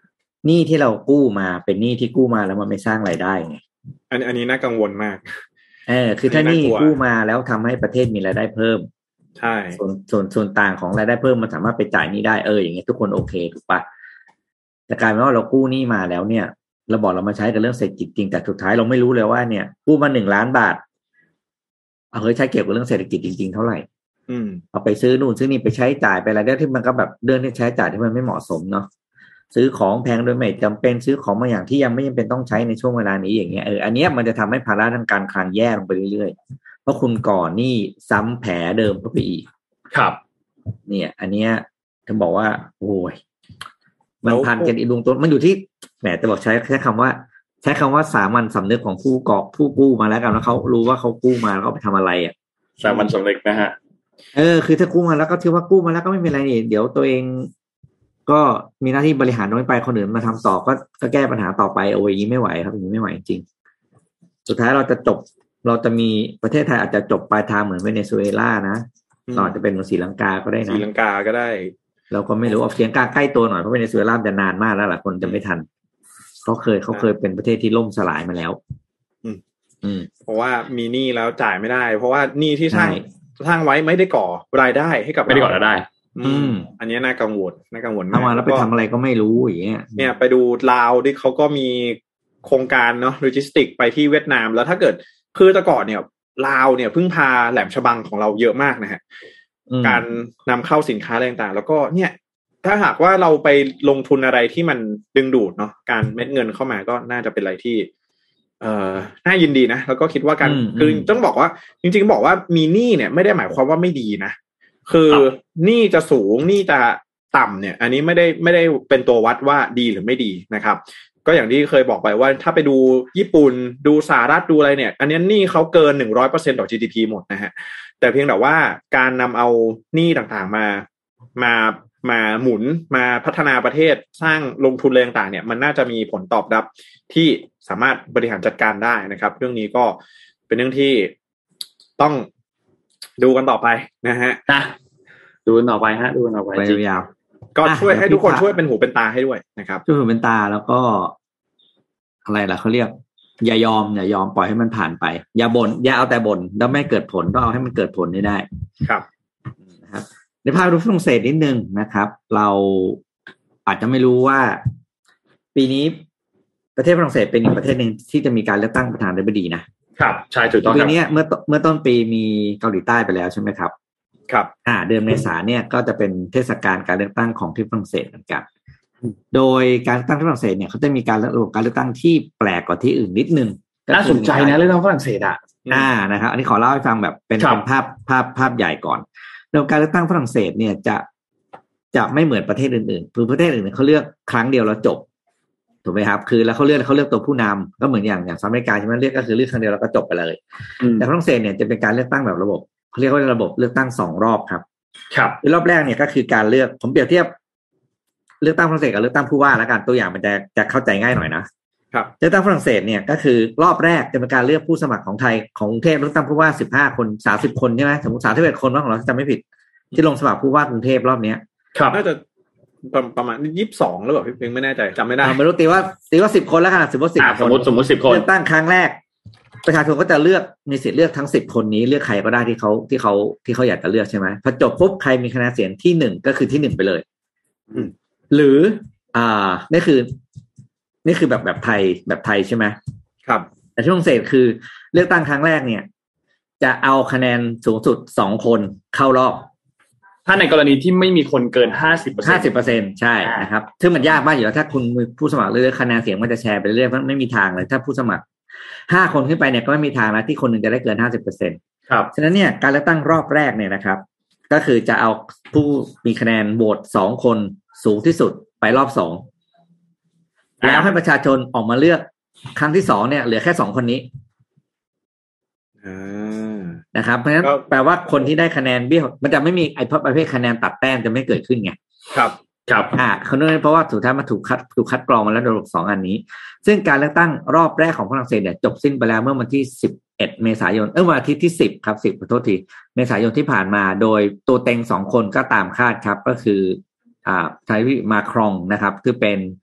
หนี้ที่เรากู้มาเป็นหนี้ที่กู้มาแล้วมันไม่สร้างรายได้ไงอันอันนี้น่ากังวลมากเออคือถ้าหนี้กู้มาแล้วทำให้ประเทศมีรายได้เพิ่มใช่ส่วนส่วนส่วนต่างของรายได้เพิ่มมันสามารถไปจ่ายหนี้ได้เอออย่างเงี้ยทุกคนโอเคถูกปะแต่กลายเป็นว่าเรากู้หนี้มาแล้วเนี่ยเราบอกเรามาใช้กับเรื่องเศรษฐกิจจริงแต่สุดท้ายเราไม่รู้เลยว่าเนี่ยกู้มาหนึ่งล้านบาทเอาเฮ้ยใช้เกี่ยวกับเรื่องเศรษฐกิจจริงๆเท่าไหร่อืมเอาไปซื้อนู่นซื้อนี่ไปใช้จ่ายไปอะไรเรื่องที่มันก็แบบเรื่องที่ใช้จ่ายที่มันไม่เหมาะสมเนาะซื้อของแพงโดยไม่จำเป็นซื้อของบางอย่างที่ยังไม่จำเป็นต้องใช้ในช่วงเวลานี้อย่างเงี้ยเอออันเนี้ยมันจะทำให้ภาระทางการคลังแย่ลงไปเรื่อยๆเพราะคุณก่อหนี้ซ้ำแผลเดิมเข้าไปอีกครับเนี่ยอันเนี้ยถึงบอกว่าโอ้ยมันพันกันอีลุงตัวมันอยู่ที่แหมจะบอกใช้ใช้คำว่าใช้คำว่าสามัญสำนึกของผู้ก่อผู้กู้มาแล้วกันแล้วเขารู้ว่าเขากู้มาแล้วเขาไปทำอะไรอ่ะสามัญสำนึกนะฮะเออคือถ้ากู้มาแล้วก็ถือว่ากู้มาแล้วก็ไม่เป็นไรนี่เดี๋ยวตัวเองก็มีหน้าที่บริหารน้อยไปคนอื่นมาทำต่อก็ก็แก้ปัญหาต่อไปโอ้ยอย่างนี้ไม่ไหวครับอย่างนี้ไม่ไหวจริงสุดท้ายเราจะจบเราจะมีประเทศไทยอาจจะจบปลายทางเหมือนเวเนซุเอลานะต่อจะเป็นเหมือนศรีลังกาก็ได้นะศรีลังกาก็ได้เราก็ไม่รู้เอาศรีลังกาใกล้ตัวหน่อยเพราะเวเนซุเอลาจะนานมากแล้วหลายคนจะไม่ทันเขาเคยเขาเคยเป็นประเทศที่ล่มสลายมาแล้วอืมอืมเพราะว่ามีหนี้แล้วจ่ายไม่ได้เพราะว่าหนี้ที่สร้างสร้างไว้ไม่ได้ก่อรายได้ให้กับไม่ได้ก่อรายได้อืมอันนี้น่ากังวลน่ากังวลมากทำมาแล้วไปทำอะไรก็ไม่รู้อย่างเงี้ยเนี่ยไปดูลาวที่เขาก็มีโครงการเนาะโลจิสติกไปที่เวียดนามแล้วถ้าเกิดคือแต่ก่อนเนี่ยลาวเนี่ยพึ่งพาแหลมฉบังของเราเยอะมากนะฮะการนำเข้าสินค้าอะไรต่างๆแล้วก็เนี่ยถ้าหากว่าเราไปลงทุนอะไรที่มันดึงดูดเนาะการเม็ดเงินเข้ามาก็น่าจะเป็นอะไรที่เอ่อน่ายินดีนะแล้วก็คิดว่าการคือต้องบอกว่าจริงๆบอกว่ามีหนี้เนี่ยไม่ได้หมายความว่าไม่ดีนะคือหนี้จะสูงหนี้จะต่ำเนี่ยอันนี้ไม่ได้ไม่ได้เป็นตัววัดว่าดีหรือไม่ดีนะครับก็อย่างที่เคยบอกไปว่าถ้าไปดูญี่ปุ่นดูสหรัฐดูอะไรเนี่ยอันนี้หนี้เขาเกิน หนึ่งร้อยเปอร์เซ็นต์ ต่อ จี ดี พี หมดนะฮะแต่เพียงแต่ว่าการนำเอาหนี้ต่างๆมามามาหมุนมาพัฒนาประเทศสร้างลงทุนอะไรต่างๆเนี่ยมันน่าจะมีผลตอบรับที่สามารถบริหารจัดการได้นะครับเรื่องนี้ก็เป็นเรื่องที่ต้องดูกันต่อไปนะฮะนะดูกันต่อไปฮะดูกันต่อไปยาวๆก็ช่วยให้ทุกคนช่วยเป็นหูเป็นตาให้ด้วยนะครับช่วยหูเป็นตาแล้วก็อะไรล่ะเขาเรียกอย่ายอมอย่ายอมปล่อยให้มันผ่านไปอย่าบ่นอย่าเอาแต่บ่นแล้วไม่เกิดผลต้องเอาให้มันเกิดผลได้ครับนะครับในภาพดูฝรั่งเศสนิดนึงนะครับเราอาจจะไม่รู้ว่าปีนี้ประเทศฝรั่งเศสเป็นอีกประเทศหนึ่งที่จะมีการเลือกตั้งประธานาธิบดีนะครับใช่ถูกต้องครับปีนี้เมื่อเมื่อต้นปีมีเกาหลีใต้ไปแล้วใช่ไหมครับครับอ่าเดือนเมษาเนี่ยก็จะเป็นเทศกาลการเลือกตั้งของที่ฝรั่งเศสเหมือนกันโดยการเลือกตั้งที่ฝรั่งเศสเนี่ยเขาจะมีการระบบการเลือกตั้งที่แปลกกว่าที่อื่นนิดนึงน่าสนใจนะเรื่องฝรั่งเศสอ่ะอ่านะครับอันนี้ขอเล่าให้ฟังแบบเป็นเป็นภาพภาพภาพใหญ่ก่อนระบบการเลือกตั้งฝรั่งเศสเนี่ยจะจะไม่เหมือนประเทศอื่นๆคือประเทศอื่นเขาเลือกครั้งเดียวแล้วจบถูกไหมครับคือแล้วเขาเลือกเขาเลือกตัวผู้นำก็เหมือนอย่างอย่างสหรัฐอเมริกาใช่ไหมเลือกก็คือเลือกครั้งเดียวแล้วก็จบไปเลยแต่ฝรั่งเศสเนี่ยจะเป็นการเลือกตั้งแบบระบบเขาเรียกว่าระบบเลือกตั้งสองรอบครับครับรอบแรกเนี่ยก็คือการเลือกผมเปรียบเทียบเลือกตั้งฝรั่งเศสกับเลือกตั้งผู้ว่าแล้วกันตัวอย่างมันจะจะเข้าใจง่ายหน่อยนะครับเลือกตั้งฝรั่งเศสเนี่ยก็คือรอบแรกจะเป็นการเลือกผู้สมัครของไทยของกรุงเทพเลือกตั้งผู้ว่าสิบห้าคนสามสิบคนใช่ไหมสมมติสามสิบเอ็ดคนว่าของเราจำไม่ผิดที่ลงสมัครผู้ว่ากรุงเทพรอบนี้ครับน่าจะประมาณยี่สิบสองหรือเปล่าพี่เพ็งไม่แน่ใจจำไม่ได้ไม่รู้ตีว่าตีว่าสิบคนแล้วกันสมมติสิบคนสมมติสมมติสิบคนเลือกตั้งครั้งแรกประชาชนก็จะเลือกมีสิทธิ์เลือกทั้งสิบคนนี้เลือกใครก็ได้ที่เขาที่เขาที่เขาอยากจะเลือกใช่ไหมพอจบปุ๊บใครมีคะแนนเสียงที่หนึ่งก็คือที่หนึ่งไปเลยหรืออ่านี่คือนี่คือแบบแบบไทยแบบไทยใช่ไหมครับแต่ที่ฝรั่งเศสคือเลือกตั้งครั้งแรกเนี่ยจะเอาคะแนนสูงสุดสองคนเข้ารอบถ้าในกรณีที่ไม่มีคนเกิน ห้าสิบเปอร์เซ็นต์ห้าสิบเปอร์เซ็นต์ ใช่นะครับซึ่งมันยากมากอยู่แล้วถ้าคุณมีผู้สมัครเลือกคะแนนเสียงมันจะแชร์ไปเรื่อยๆเพราะไม่มีทางเลยถ้าผู้สมัครห้าคนขึ้นไปเนี่ยก็ไม่มีทางแล้วที่คนนึงจะได้เกิน ห้าสิบเปอร์เซ็นต์ครับฉะนั้นเนี่ยการเลือกตั้งรอบแรกเนี่ยนะครับก็คือจะเอาผู้มีคะแนนโหวตสองคนสูงที่สุดไปรอบสองแล้วให้ประชาชนออกมาเลือกครั้งที่สองเนี่ยเหลือแค่สองคนนี้นะครับเพราะฉะนั้นแปลว่าคนที่ได้คะแนนเบี้ยวมันจะไม่มีไอ้ประเภทคะแนนตัดแต้มจะไม่เกิดขึ้นไงครับครับอ่าเขาเนื่องเพราะว่าสุดท้ายมาถูกคัดถูกคัดกรองมาแล้วโดยระบบสองอันนี้ซึ่งการเลือกตั้งรอบแรกของฝรั่งเศสเนี่ยจบสิ้นไปแล้วเมื่อวันที่สิบเอ็ดเมษายนเออวันอาทิตย์ที่สิบครับสิบขอโทษทีเมษายนที่ผ่านมาโดยตัวเต็งสองคนก็ตามคาดครับก็คืออ่าไทยมาครองนะครับคือเป็น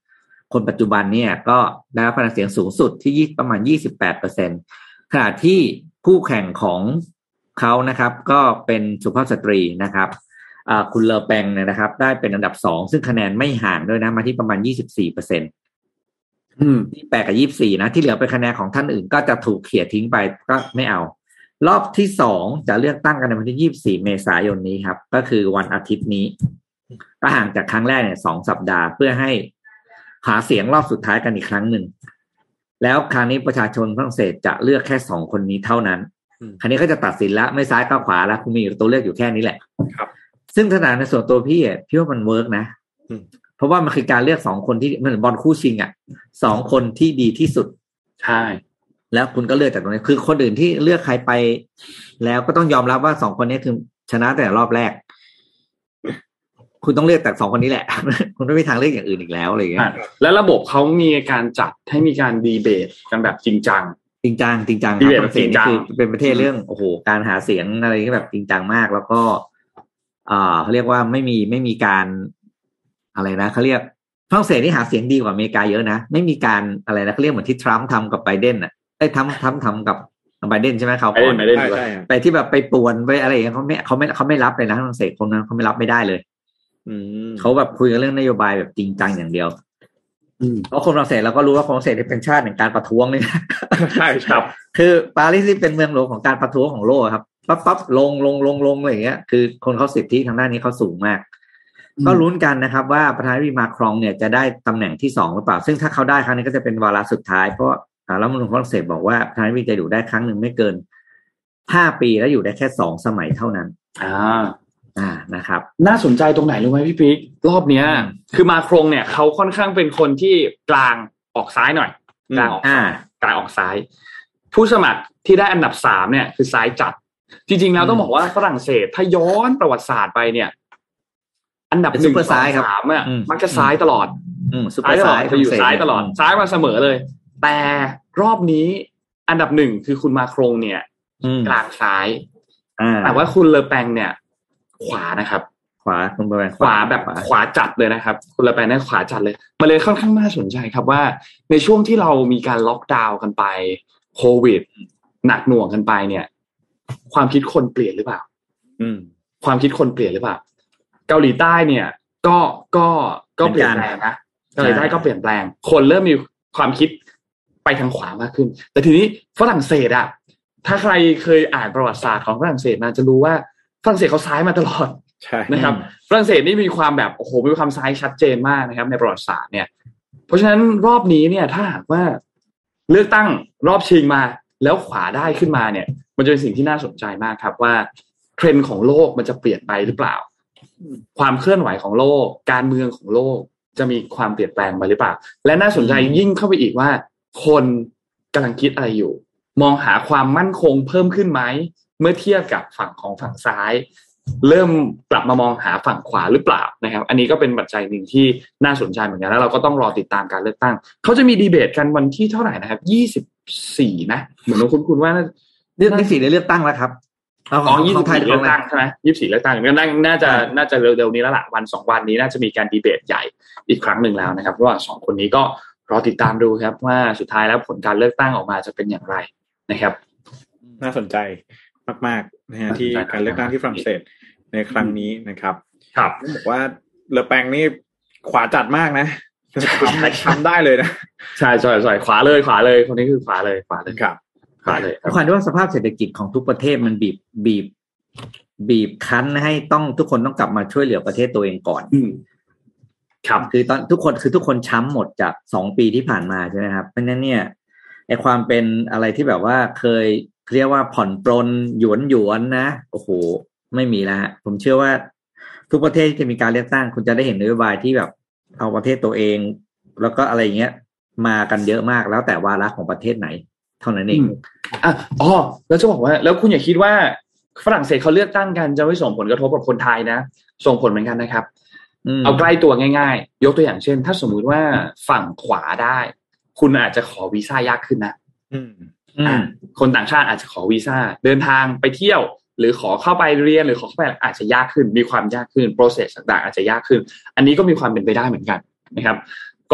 คนปัจจุบันเนี่ยก็ได้รับคะแนนเสียงสูงสุดที่ประมาณ ยี่สิบแปดเปอร์เซ็นต์ ขณะที่คู่แข่งของเขานะครับก็เป็นสุภาพสตรีนะครับคุณเลอแปงเนี่ยนะครับได้เป็นอันดับสองซึ่งคะแนนไม่ห่างด้วยนะมาที่ประมาณ ยี่สิบสี่เปอร์เซ็นต์ อืมที่แปดกับยี่สิบสี่นะที่เหลือเป็นคะแนนของท่านอื่นก็จะถูกเขี่ยทิ้งไปก็ไม่เอารอบที่สองจะเลือกตั้งกันในวันที่ยี่สิบสี่เมษายนนี้ครับก็คือวันอาทิตย์นี้ก็ห่างจากครั้งแรกเนี่ยสองสัปดาห์เพื่อให้หาเสียงรอบสุดท้ายกันอีกครั้งหนึ่งแล้วคราวนี้ประชาชนฝรั่งเศสจะเลือกแค่สองคนนี้เท่านั้นคราวนี้ก็จะตัดสินละไม่ซ้ายก็ขวาแล้วคุณมีตัวเลือกอยู่แค่นี้แหละครับซึ่งขนาดในส่วนตัวพี่อ่ะพี่ว่ามันเวิร์กนะเพราะว่ามันคือการเลือกสองคนที่เหมือนบอลคู่ชิงอ่ะสองคนที่ดีที่สุดใช่แล้วคุณก็เลือกจากตรงนี้คือคนอื่นที่เลือกใครไปแล้วก็ต้องยอมรับว่าสองคนนี้คือชนะแต่รอบแรกคุณต้องเลือกแต่สองคนนี้แหละคุณไม่มีทางเลือกอย่างอื่นอีกแล้วอะไรอย่างเงี้ยแล้วระบบเขามีการจัดให้มีการดีเบตกันแบบจริงจังจริงจังจริงจังดีเบตแบบจริงจังคือเป็นประเทศเรื่องโอ้โหการหาเสียงอะไรที่แบบจริงจังมากแล้วก็อ่าเขาเรียกว่าไม่มีไม่มีการอะไรนะเขาเรียกฝรั่งเศสนี่หาเสียงดีกว่าอเมริกาเยอะนะไม่มีการอะไรนะเขาเรียกเหมือนที่ทรัมป์ทำกับไบเดนอ่ะไอ้ทำทำทำกับไบเดนใช่ไหมเขาก่อนไปที่แบบไปป่วนไปอะไรอย่างเงี้ยเขาไม่เขาไม่เขาไม่รับเลยนะฝรั่งเศสคนนั้นเขาไม่รับไม่ได้เลยเขาแบบคุยกันเรื่องนโยบายแบบจริงจังอย่างเดียวเพราะคนฝรั่งเศสเราก็รู้ว่าฝรั่งเศสเป็นชาติแห่งการประท้วงเลยนะใช่ครับคือปารีสเป็นเมืองหลวงของการประท้วงของโลกครับปั๊บปั๊บลงลงลงลงอะไรอย่างเงี้ยคือคนเขาสิทธิทางด้านนี้เขาสูงมากก็ลุ้นกันนะครับว่าประธานาธิบดีมาครองเนี่ยจะได้ตำแหน่งที่สองหรือเปล่าซึ่งถ้าเขาได้ครั้งนี้ก็จะเป็นวาระสุดท้ายเพราะรัฐมนตรีฝรั่งเศสบอกว่าประธานาธิบดีจะอยู่ได้ครั้งหนึ่งไม่เกินห้าปีแล้วอยู่ได้แค่สองสมัยเท่านั้นอ่าอ่านะครับน่าสนใจตรงไหนรู้ไหมพี่ปิ๊กรอบเนี้ยคือมาครงเนี่ยเขาค่อนข้างเป็นคนที่กลางออกซ้ายหน่อยกลางออกซ้ายกลางออกซ้ายผู้สมัครที่ได้อันดับสามเนี่ยคือซ้ายจัดจริงๆแล้วต้องบอกว่าฝรั่งเศสถ้าย้อนประวัติศาสตร์ไปเนี่ยอันดับหนึ่งสองสามเนี่ยมักจะซ้ายตลอดซุปเปอร์ซ้ายจะอยู่ซ้ายตลอดซ้ายมาเสมอเลยแต่รอบนี้อันดับหนึ่งคือคุณมาครงเนี่ยกลางซ้ายแต่ว่าคุณเลอแปงเนี่ยขวานะครับขวาคุณเลอแปงขวาแบบขวาจัดเลยนะครับคุณเลอแปงเนี่ยขวาจัดเลยมาเลยค่อนข้างน่าสนใจครับว่าในช่วงที่เรามีการล็อกดาวน์กันไปโควิดหนักหน่วงกันไปเนี่ยความคิดคนเปลี่ยนหรือเปล่าความคิดคนเปลี่ยนหรือเปล่าเกาหลีใต้เนี่ยก็ก็ก็เปลี่ยนแปลงนะเกาหลีใต้ก็เปลี่ยนแปลงคนเริ่มมีความคิดไปทางขวามากขึ้นแต่ทีนี้ฝรั่งเศสอะถ้าใครเคยอ่านประวัติศาสตร์ของฝรั่งเศสมาจะรู้ว่าฝรั่งเศสเขาซ้ายมาตลอดนะครับฝรั่งเศสนี่มีความแบบโอ้โหมีความซ้ายชัดเจนมากนะครับในประวัติศาสตร์เนี่ยเพราะฉะนั้นรอบนี้เนี่ยถ้าหากว่าเลือกตั้งรอบชิงมาแล้วขวาได้ขึ้นมาเนี่ยมันจะเป็นสิ่งที่น่าสนใจมากครับว่าเทรนด์ของโลกมันจะเปลี่ยนไปหรือเปล่าความเคลื่อนไหวของโลกการเมืองของโลกจะมีความเปลี่ยนแปลงไปหรือเปล่าและน่าสนใจยิ่งเข้าไปอีกว่าคนกำลังคิดอะไรอยู่มองหาความมั่นคงเพิ่มขึ้นไหมเมื่อเทียบกับฝั่งของฝั่งซ้ายเริ่มกลับมามองหาฝั่งขวาหรือเปล่านะครับอันนี้ก็เป็นปัจจัยหนึ่งที่น่าสนใจเหมือนกันแล้วเราก็ต้องรอติดตามการเลือกตั้งเขาจะมีดีเบตกันวันที่เท่าไหร่นะครับยี่สิบสี่นะเหมือนคุณคุณว่าเรื่องที่สี่ได้เลือกตั้งแล้วครับอ๋อยี่สิบสี่เลือกตั้งใช่ไหมยี่สิบสี่เลือกตั้งก็น่าจะน่าจะเร็วๆนี้แล้วล่ะวันสองวันนี้น่าจะมีการดีเบตใหญ่อีกครั้งหนึ่งแล้วนะครับเพราะว่าสองคนนี้ก็รอติดตามดูครับว่าสุดท้ายแล้วผลการเลือกตั้งออกมาจะเป็นอย่างไรนะครับน่าสนใจมากๆนะฮะที่การเลือกตั้งที่ฝรั่งเศสในครั้งนี้นะครับครับต้องบอกว่าเลอแปงนี่ขวาจัดมากนะทำได้เลยนะใช่ใช่ใช่ขวาเลยขวาเลยคนนี้คือขวาเลยขวาเลยครับขวาเลยความที่ว่าสภาพเศรษฐกิจของทุกประเทศมันบีบบีบบีบคั้นให้ต้องทุกคนต้องกลับมาช่วยเหลือประเทศตัวเองก่อนครับคือตอนทุกคนคือทุกคนช้ำหมดจากสองปีที่ผ่านมาใช่ไหมครับเพราะฉะนั้นเนี่ยไอความเป็นอะไรที่แบบว่าเคยเรียกว่าผ่อนปรนหยวนหยวนนะโอ้โหไม่มีแล้วฮะผมเชื่อว่าทุกประเทศที่จะมีการเลือกตั้งคุณจะได้เห็นนโยบายที่แบบเอาประเทศตัวเองแล้วก็อะไรอย่างเงี้ยมากันเยอะมากแล้วแต่วาระของประเทศไหนเท่านั้นเองอ่ะอ๋อแล้วจะบอกว่าแล้วคุณอย่าคิดว่าฝรั่งเศสเขาเลือกตั้งกันจะไม่ส่งผลกระทบกับคนไทยนะส่งผลเหมือนกันนะครับเอาใกล้ตัวง่ายๆยกตัวอย่างเช่นถ้าสมมุติว่าฝั่งขวาได้คุณอาจจะขอวีซ่ายากขึ้นนะอ่าคนต่างชาติอาจจะขอวีซ่าเดินทางไปเที่ยวหรือขอเข้าไปเรียนหรือขอเข้าไปอาจจะยากขึ้นมีความยากขึ้น process ต่างๆอาจจะยากขึ้นอันนี้ก็มีความเป็นไปได้เหมือนกันนะครับก็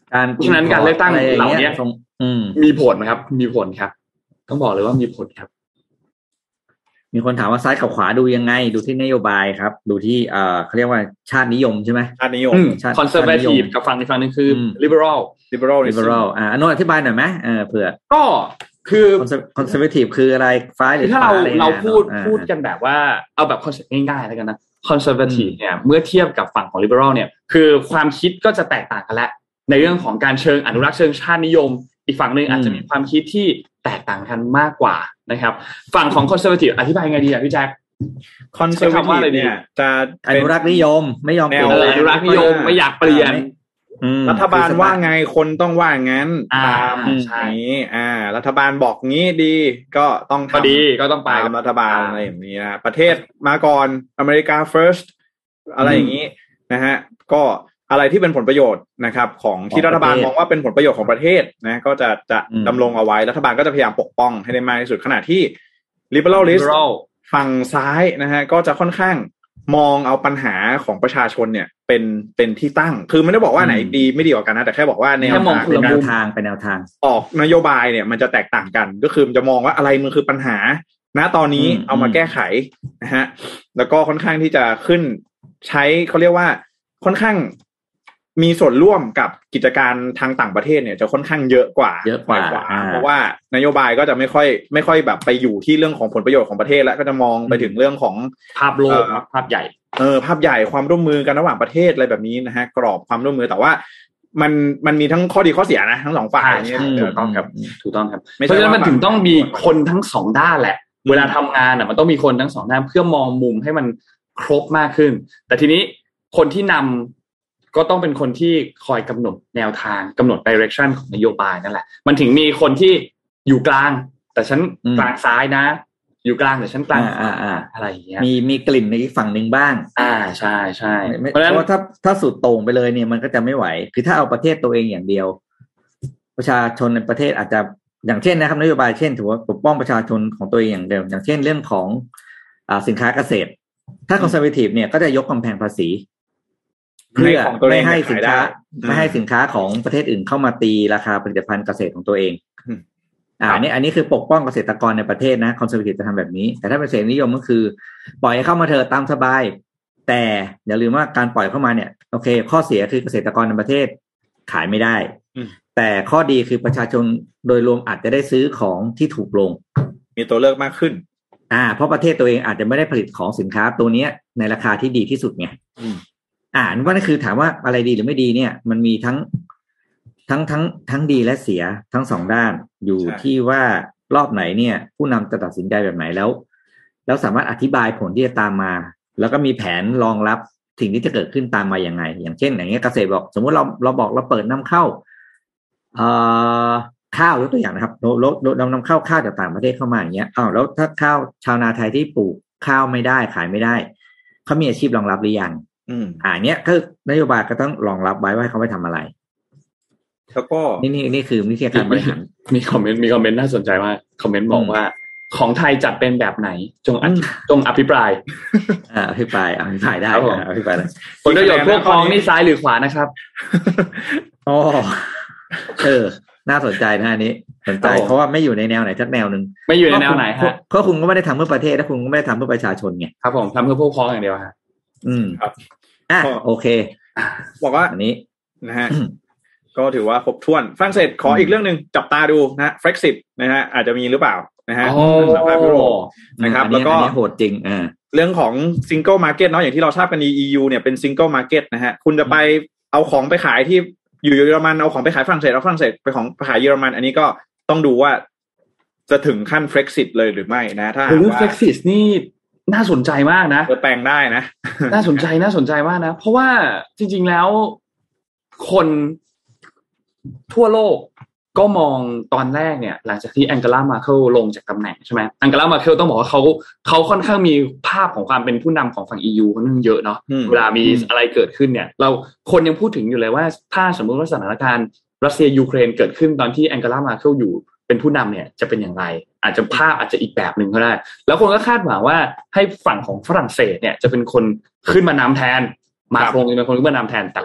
การเพราะฉะนั้นการเลือกตั้งเหล่านี้มีผลนะครับมีผลครับต้องบอกเลยว่ามีผลครับมีคนถามว่าซ้ายกับขวาดูยังไงดูที่นโยบายครับดูที่เอ่อเขาเรียกว่าชาตินิยมใช่ไหมชาตินิยมคอนเซอร์เวทีฟกับฝั่งอีกฝั่งนึงคือ liberal liberal liberal อ่าอนุอธิบายหน่อยไหมเออเผื่อก็คือคอนเซอร์เวทีฟคืออะไรซ้ายหรือขวาอะไรเราพูดพูดกันแบบว่าเอาแบบคอนเซ็ปต์ง่ายๆแล้วกันนะคอนเซอร์เวทีฟเนี่ยเมื่อเทียบกับฝั่งของ liberal เนี่ยคือความคิดก็จะแตกต่างกันแล้วในเรื่องของการเชิงอนุรักษ์เชิงชาตินิยมอีกฝั่งนึงอาจจะมีความคิดที่แตกต่างกันมากกว่านะครับฝั่งของคอนเซอร์เวทีฟอธิบายไงดีอ่ะพี่แจ็คคอนเซอร์เวทีฟเนี่ยจะอนุรักษ์นิยมไม่ยอมเปลี่ยนอนุรักษ์นิยมไม่อยากเปลี่ยนรัฐบาลว่าไงคนต้องว่างั้นตามนี้อ่ารัฐบาลบอกงี้ดีก็ต้องทำดีก็ต้องไปตามรัฐบาลอะไรอย่างนี้นะประเทศมาก่อนอเมริกา first อะไรอย่างนี้นะฮะก็อะไรที่เป็นผลประโยชน์นะครับของที่รัฐบาลมองว่าเป็นผลประโยชน์ของประเทศนะก็จะจะดำรงเอาไว้รัฐบาลก็จะพยายามปกป้องให้ได้มากที่สุดขณะที่ liberalist ฝั่งซ้ายนะฮะก็จะค่อนข้างมองเอาปัญหาของประชาชนเนี่ยเป็นเป็นที่ตั้งคือไม่ได้บอกว่าไหนดีไม่ดีกว่ากันนะแต่แค่บอกว่าแนวทางเป็นแนวทางเป็นแนวทางออกนโยบายเนี่ยมันจะแตกต่างกันก็คือมันจะมองว่าอะไรมันคือปัญหาณตอนนี้เอามาแก้ไขนะฮะแล้วก็ค่อนข้างที่จะขึ้นใช้เขาเรียกว่าค่อนข้างมีส่วนร่วมกับกิจการทางต่างประเทศเนี่ยจะค่อนข้างเยอะกว่าเยอะกว่าเพราะว่านโยบายก็จะไม่ค่อยไม่ค่อยแบบไปอยู่ที่เรื่องของผลประโยชน์ของประเทศแล้วก็จะมองไปถึงเรื่องของภาพโลกภาพใหญ่เออภาพใหญ่ความร่วมมือกันระหว่างประเทศอะไรแบบนี้นะฮะกรอบความร่วมมือแต่ว่ามันมันมีทั้งข้อดีข้อเสียนะทั้งสองฝ่ายนี่ถูกต้องครับถูกต้องครับเพราะฉะนั้นมันถึงต้องมีคนทั้งสองด้านแหละเวลาทำงานอ่ะมันต้องมีคนทั้งสองด้านเพื่อมองมุมให้มันครบมากขึ้นแต่ทีนี้คนที่นำก็ต้องเป็นคนที่คอยกำหนดแนวทางกำหนด direction ของนโยบายนั่นแหละมันถึงมีคนที่อยู่กลางแต่ฉันกลางซ้ายนะอยู่กลางแต่ฉันกลางอ่าอ่าอะไรอย่างเงี้ยมีมีกลิ่นในอีกฝั่งหนึ่งบ้างอ่าใช่ใช่เพราะฉะนั้นถ้าถ้าสุดโต่งไปเลยเนี่ยมันก็จะไม่ไหวคือถ้าเอาประเทศตัวเองอย่างเดียวประชาชนในประเทศอาจจะอย่างเช่นนะครับนโยบายเช่นถือว่าปกป้องประชาชนของตัวเองอย่างเดียวอย่างเช่นเรื่องของอ่าสินค้าเกษตรถ้าคอนเซอร์เวทีฟเนี่ยก็จะยกกำแพงภาษีเพื่อไม่ให้สินค้าไม่ให้สินค้าของประเทศอื่นเข้ามาตีราคาผลิตภัณฑ์เกษตรของตัวเองอ่าอันนี้อันนี้คือปกป้องเกษตรกรในประเทศนะคอนเซอร์เวทีฟจะทำแบบนี้แต่ถ้าเป็นเสรีนิยมก็คือปล่อยให้เข้ามาเถอะตามสบายแต่อย่าลืมว่าการปล่อยเข้ามาเนี่ยโอเคข้อเสียคือเกษตรกรในประเทศขายไม่ได้แต่ข้อดีคือประชาชนโดยรวมอาจจะได้ซื้อของที่ถูกลงมีตัวเลือกมากขึ้นอ่าเพราะประเทศตัวเองอาจจะไม่ได้ผลิตของสินค้าตัวนี้ในราคาที่ดีที่สุดไงอ่านั่นก็คือถามว่าอะไรดีหรือไม่ดีเนี่ยมันมีทั้งทั้งทั้งทั้งดีและเสียทั้งสองด้านอยู่ที่ว่ารอบไหนเนี่ยผู้นำจะตัดสินใจแบบไหนแล้วแล้วสามารถอธิบายผลที่จะตามมาแล้วก็มีแผนรองรับสิ่งที่จะเกิดขึ้นตามมาอย่างไงอย่างเช่นอย่างเงี้ยเกษตรบอกสมมติเราเราบอกเราเปิดนำเข้าเอ่อข้าวยกตัวอย่างนะครับเราเรานำเข้าข้าวจากต่างประเทศเข้ามาอย่างเงี้ยอ้าวแล้วถ้าข้าวชาวนาไทยที่ปลูกข้าวไม่ได้ขายไม่ได้เขามีอาชีพรองรับหรือยังอืมอ่าเนี้ยก็นโยบายก็ต้องรองรับไว้ว่าเขาไปทำอะไรแล้วก็นี่นี่นี่คือวิธีการบริหารมีคอมเมนต์มีคอมเมนต์น่าสนใจมากคอมเมนต์บอกว่าของไทยจัดเป็นแบบไหนจงจงอภิปรายอ่าอภิปรายอภิปรายได้อภิปรายได้ผลประโยชน์พวกพ้องนี่ซ้ายหรือขวานะครับอ๋อเออน่าสนใจนะอันนี้สนใจเพราะว่าไม่อยู่ในแนวไหนสักแนวนึงไม่อยู่ในแนวไหนฮะเพราะคุณก็ไม่ได้ทำเพื่อประเทศและคุณก็ไม่ได้ทำเพื่อประชาชนไงครับผมทำเพื่อพวกพ้องอย่างเดียวฮะอืมครับอ่ะโอเคบอกว่าอันนี้นะฮะก็ถือว่าครบถ้วนฝรั่งเศสขออีกเรื่องนึงจับตาดูนะ Brexit นะฮะอาจจะมีหรือเปล่านะฮะสภาพยุโรปนะครับแล้วก็โหดจริงอ่าเรื่องของ Single Market เนาะอย่างที่เราทราบกัน อี ยู เนี่ยเป็น Single Market นะฮะคุณจะไปเอาของไปขายที่อยู่เยอรมันเอาของไปขายฝรั่งเศสเอาฝรั่งเศสไปของไปขายเยอรมันอันนี้ก็ต้องดูว่าจะถึงขั้น Brexit เลยหรือไม่นะถ้าเรื่อง Brexit นี่น่าสนใจมากนะจะแปลงได้นะน่าสนใจน่าสนใจมากนะเพราะว่าจริงๆแล้วคนทั่วโลกก็มองตอนแรกเนี่ยหลังจากที่แองเกลา มาเคิลลงจากตำแหน่งใช่ไหมแองเกลา มาเคิลต้องบอกว่าเขาเขาค่อนข้างมีภาพของความเป็นผู้นำของฝั่ง อี ยู ค่อนข้างเยอะเนาะเวลามีอะไรเกิดขึ้นเนี่ยเราคนยังพูดถึงอยู่เลยว่าถ้าสมมติว่าสถานการณ์รัสเซียยูเครนเกิดขึ้นตอนที่แองเกลา มาเคิลอยู่เป็นผู้นำเนี่ยจะเป็นอย่างไรอาจจะภาพอาจจะอีกแบบนึงก็ได้แล้วคนก็คาดหวังว่าให้ฝั่งของฝรั่งเศสเนี่ยจะเป็นคนขึ้นมานำแทนมาโครงจะเป็นคนขึ้นมานำแทนแต่ก็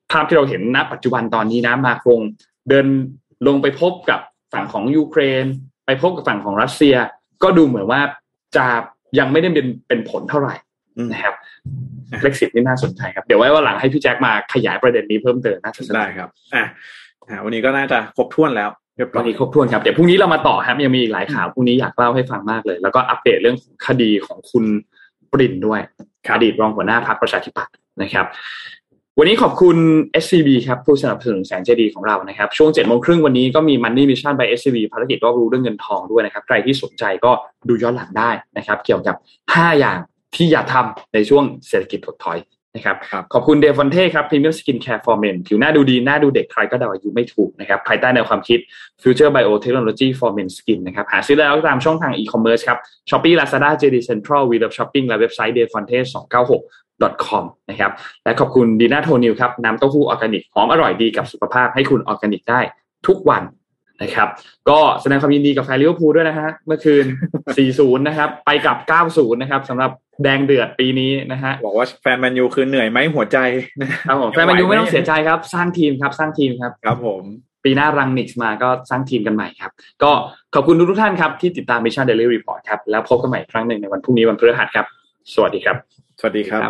ภาพที่เราเห็นณปัจจุบันตอนนี้นะมาคงเดินลงไปพบกับฝั่งของยูเครนไปพบกับฝั่งของรัสเซียก็ดูเหมือนว่าจะยังไม่ได้เป็นเป็นผลเท่าไหร่นะครับBrexitนี่น่าสนใจครับเดี๋ยวไว้ว่าหลังให้พี่แจ็คมาขยายประเด็นนี้เพิ่มเติมน่าจะได้ครับอ่ะวันนี้ก็น่าจะครบถ้วนแล้ววันนี้ครบถ้วนครับเดี๋ยวพรุ่งนี้เรามาต่อครับยังมีอีกหลายข่าวพรุ่งนี้อยากเล่าให้ฟังมากเลยแล้วก็อัปเดตเรื่องคดีของคุณปรินด้วยอดีตรองหัวหน้าพรรคประชาธิปัตย์นะครับวันนี้ขอบคุณ เอส ซี บี ครับผู้สนับสนุนแสนใจดีของเรานะครับช่วง เจ็ดโมงครึ่งวันนี้ก็มี Money Mission by เอส ซี บี ภารกิจรอบรู้เรื่องเงินทองด้วยนะครับใครที่สนใจก็ดูย้อนหลังได้นะครับเกี่ยวกับห้าอย่างที่อย่าทำในช่วงเศรษฐกิจถดถอยนะครับขอบคุณเดฟอนเท่ครับ Premium Skin Care for Men ผิวหน้าดูดีหน้าดูเด็กใครก็เดาอายุไม่ถูกนะครับภายใต้แนวความคิด Future Biotechnology for Men Skin นะครับหาซื้อแล้วตามช่องทางอีคอมเมิร์ซครับ Shopee Lazada เจ ดี Central We Love Shopping และเว็บไซต์ เดฟอนเท่ สองเก้าหก ดอท คอม นะครับและขอบคุณดีน่าโทนิวครับน้ำเต้าหู้ออร์แกนิกหอมอร่อยดีกับสุขภาพให้คุณออร์แกนิกได้ทุกวันนะครับก็แสดงความยินดีกับแฟนลิเวอร์พูลด้วยนะฮะเมื่อคืน สี่ศูนย์ นะครับไปกับ เก้าศูนย์ นะครับสำหรับแดงเดือดปีนี้นะฮะบอกว่าแฟนแมนยูคือเหนื่อยไหมหัวใจนะครับผมแฟนแมนยูไม่ต้องเสียใจครับสร้างทีมครับสร้างทีมครับครับผมปีหน้ารังนิกส์มาก็สร้างทีมกันใหม่ครับก็ขอบคุณทุกท่านครับที่ติดตาม Mission Daily Report ครับแล้วพบกันใหม่ครั้งหนึ่งในวันพรุ่งนี้วันพฤหัสครับสวัสดีครับสวัสดีครับ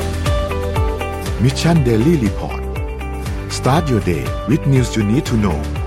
Mission Daily Report Start your day with news you need to know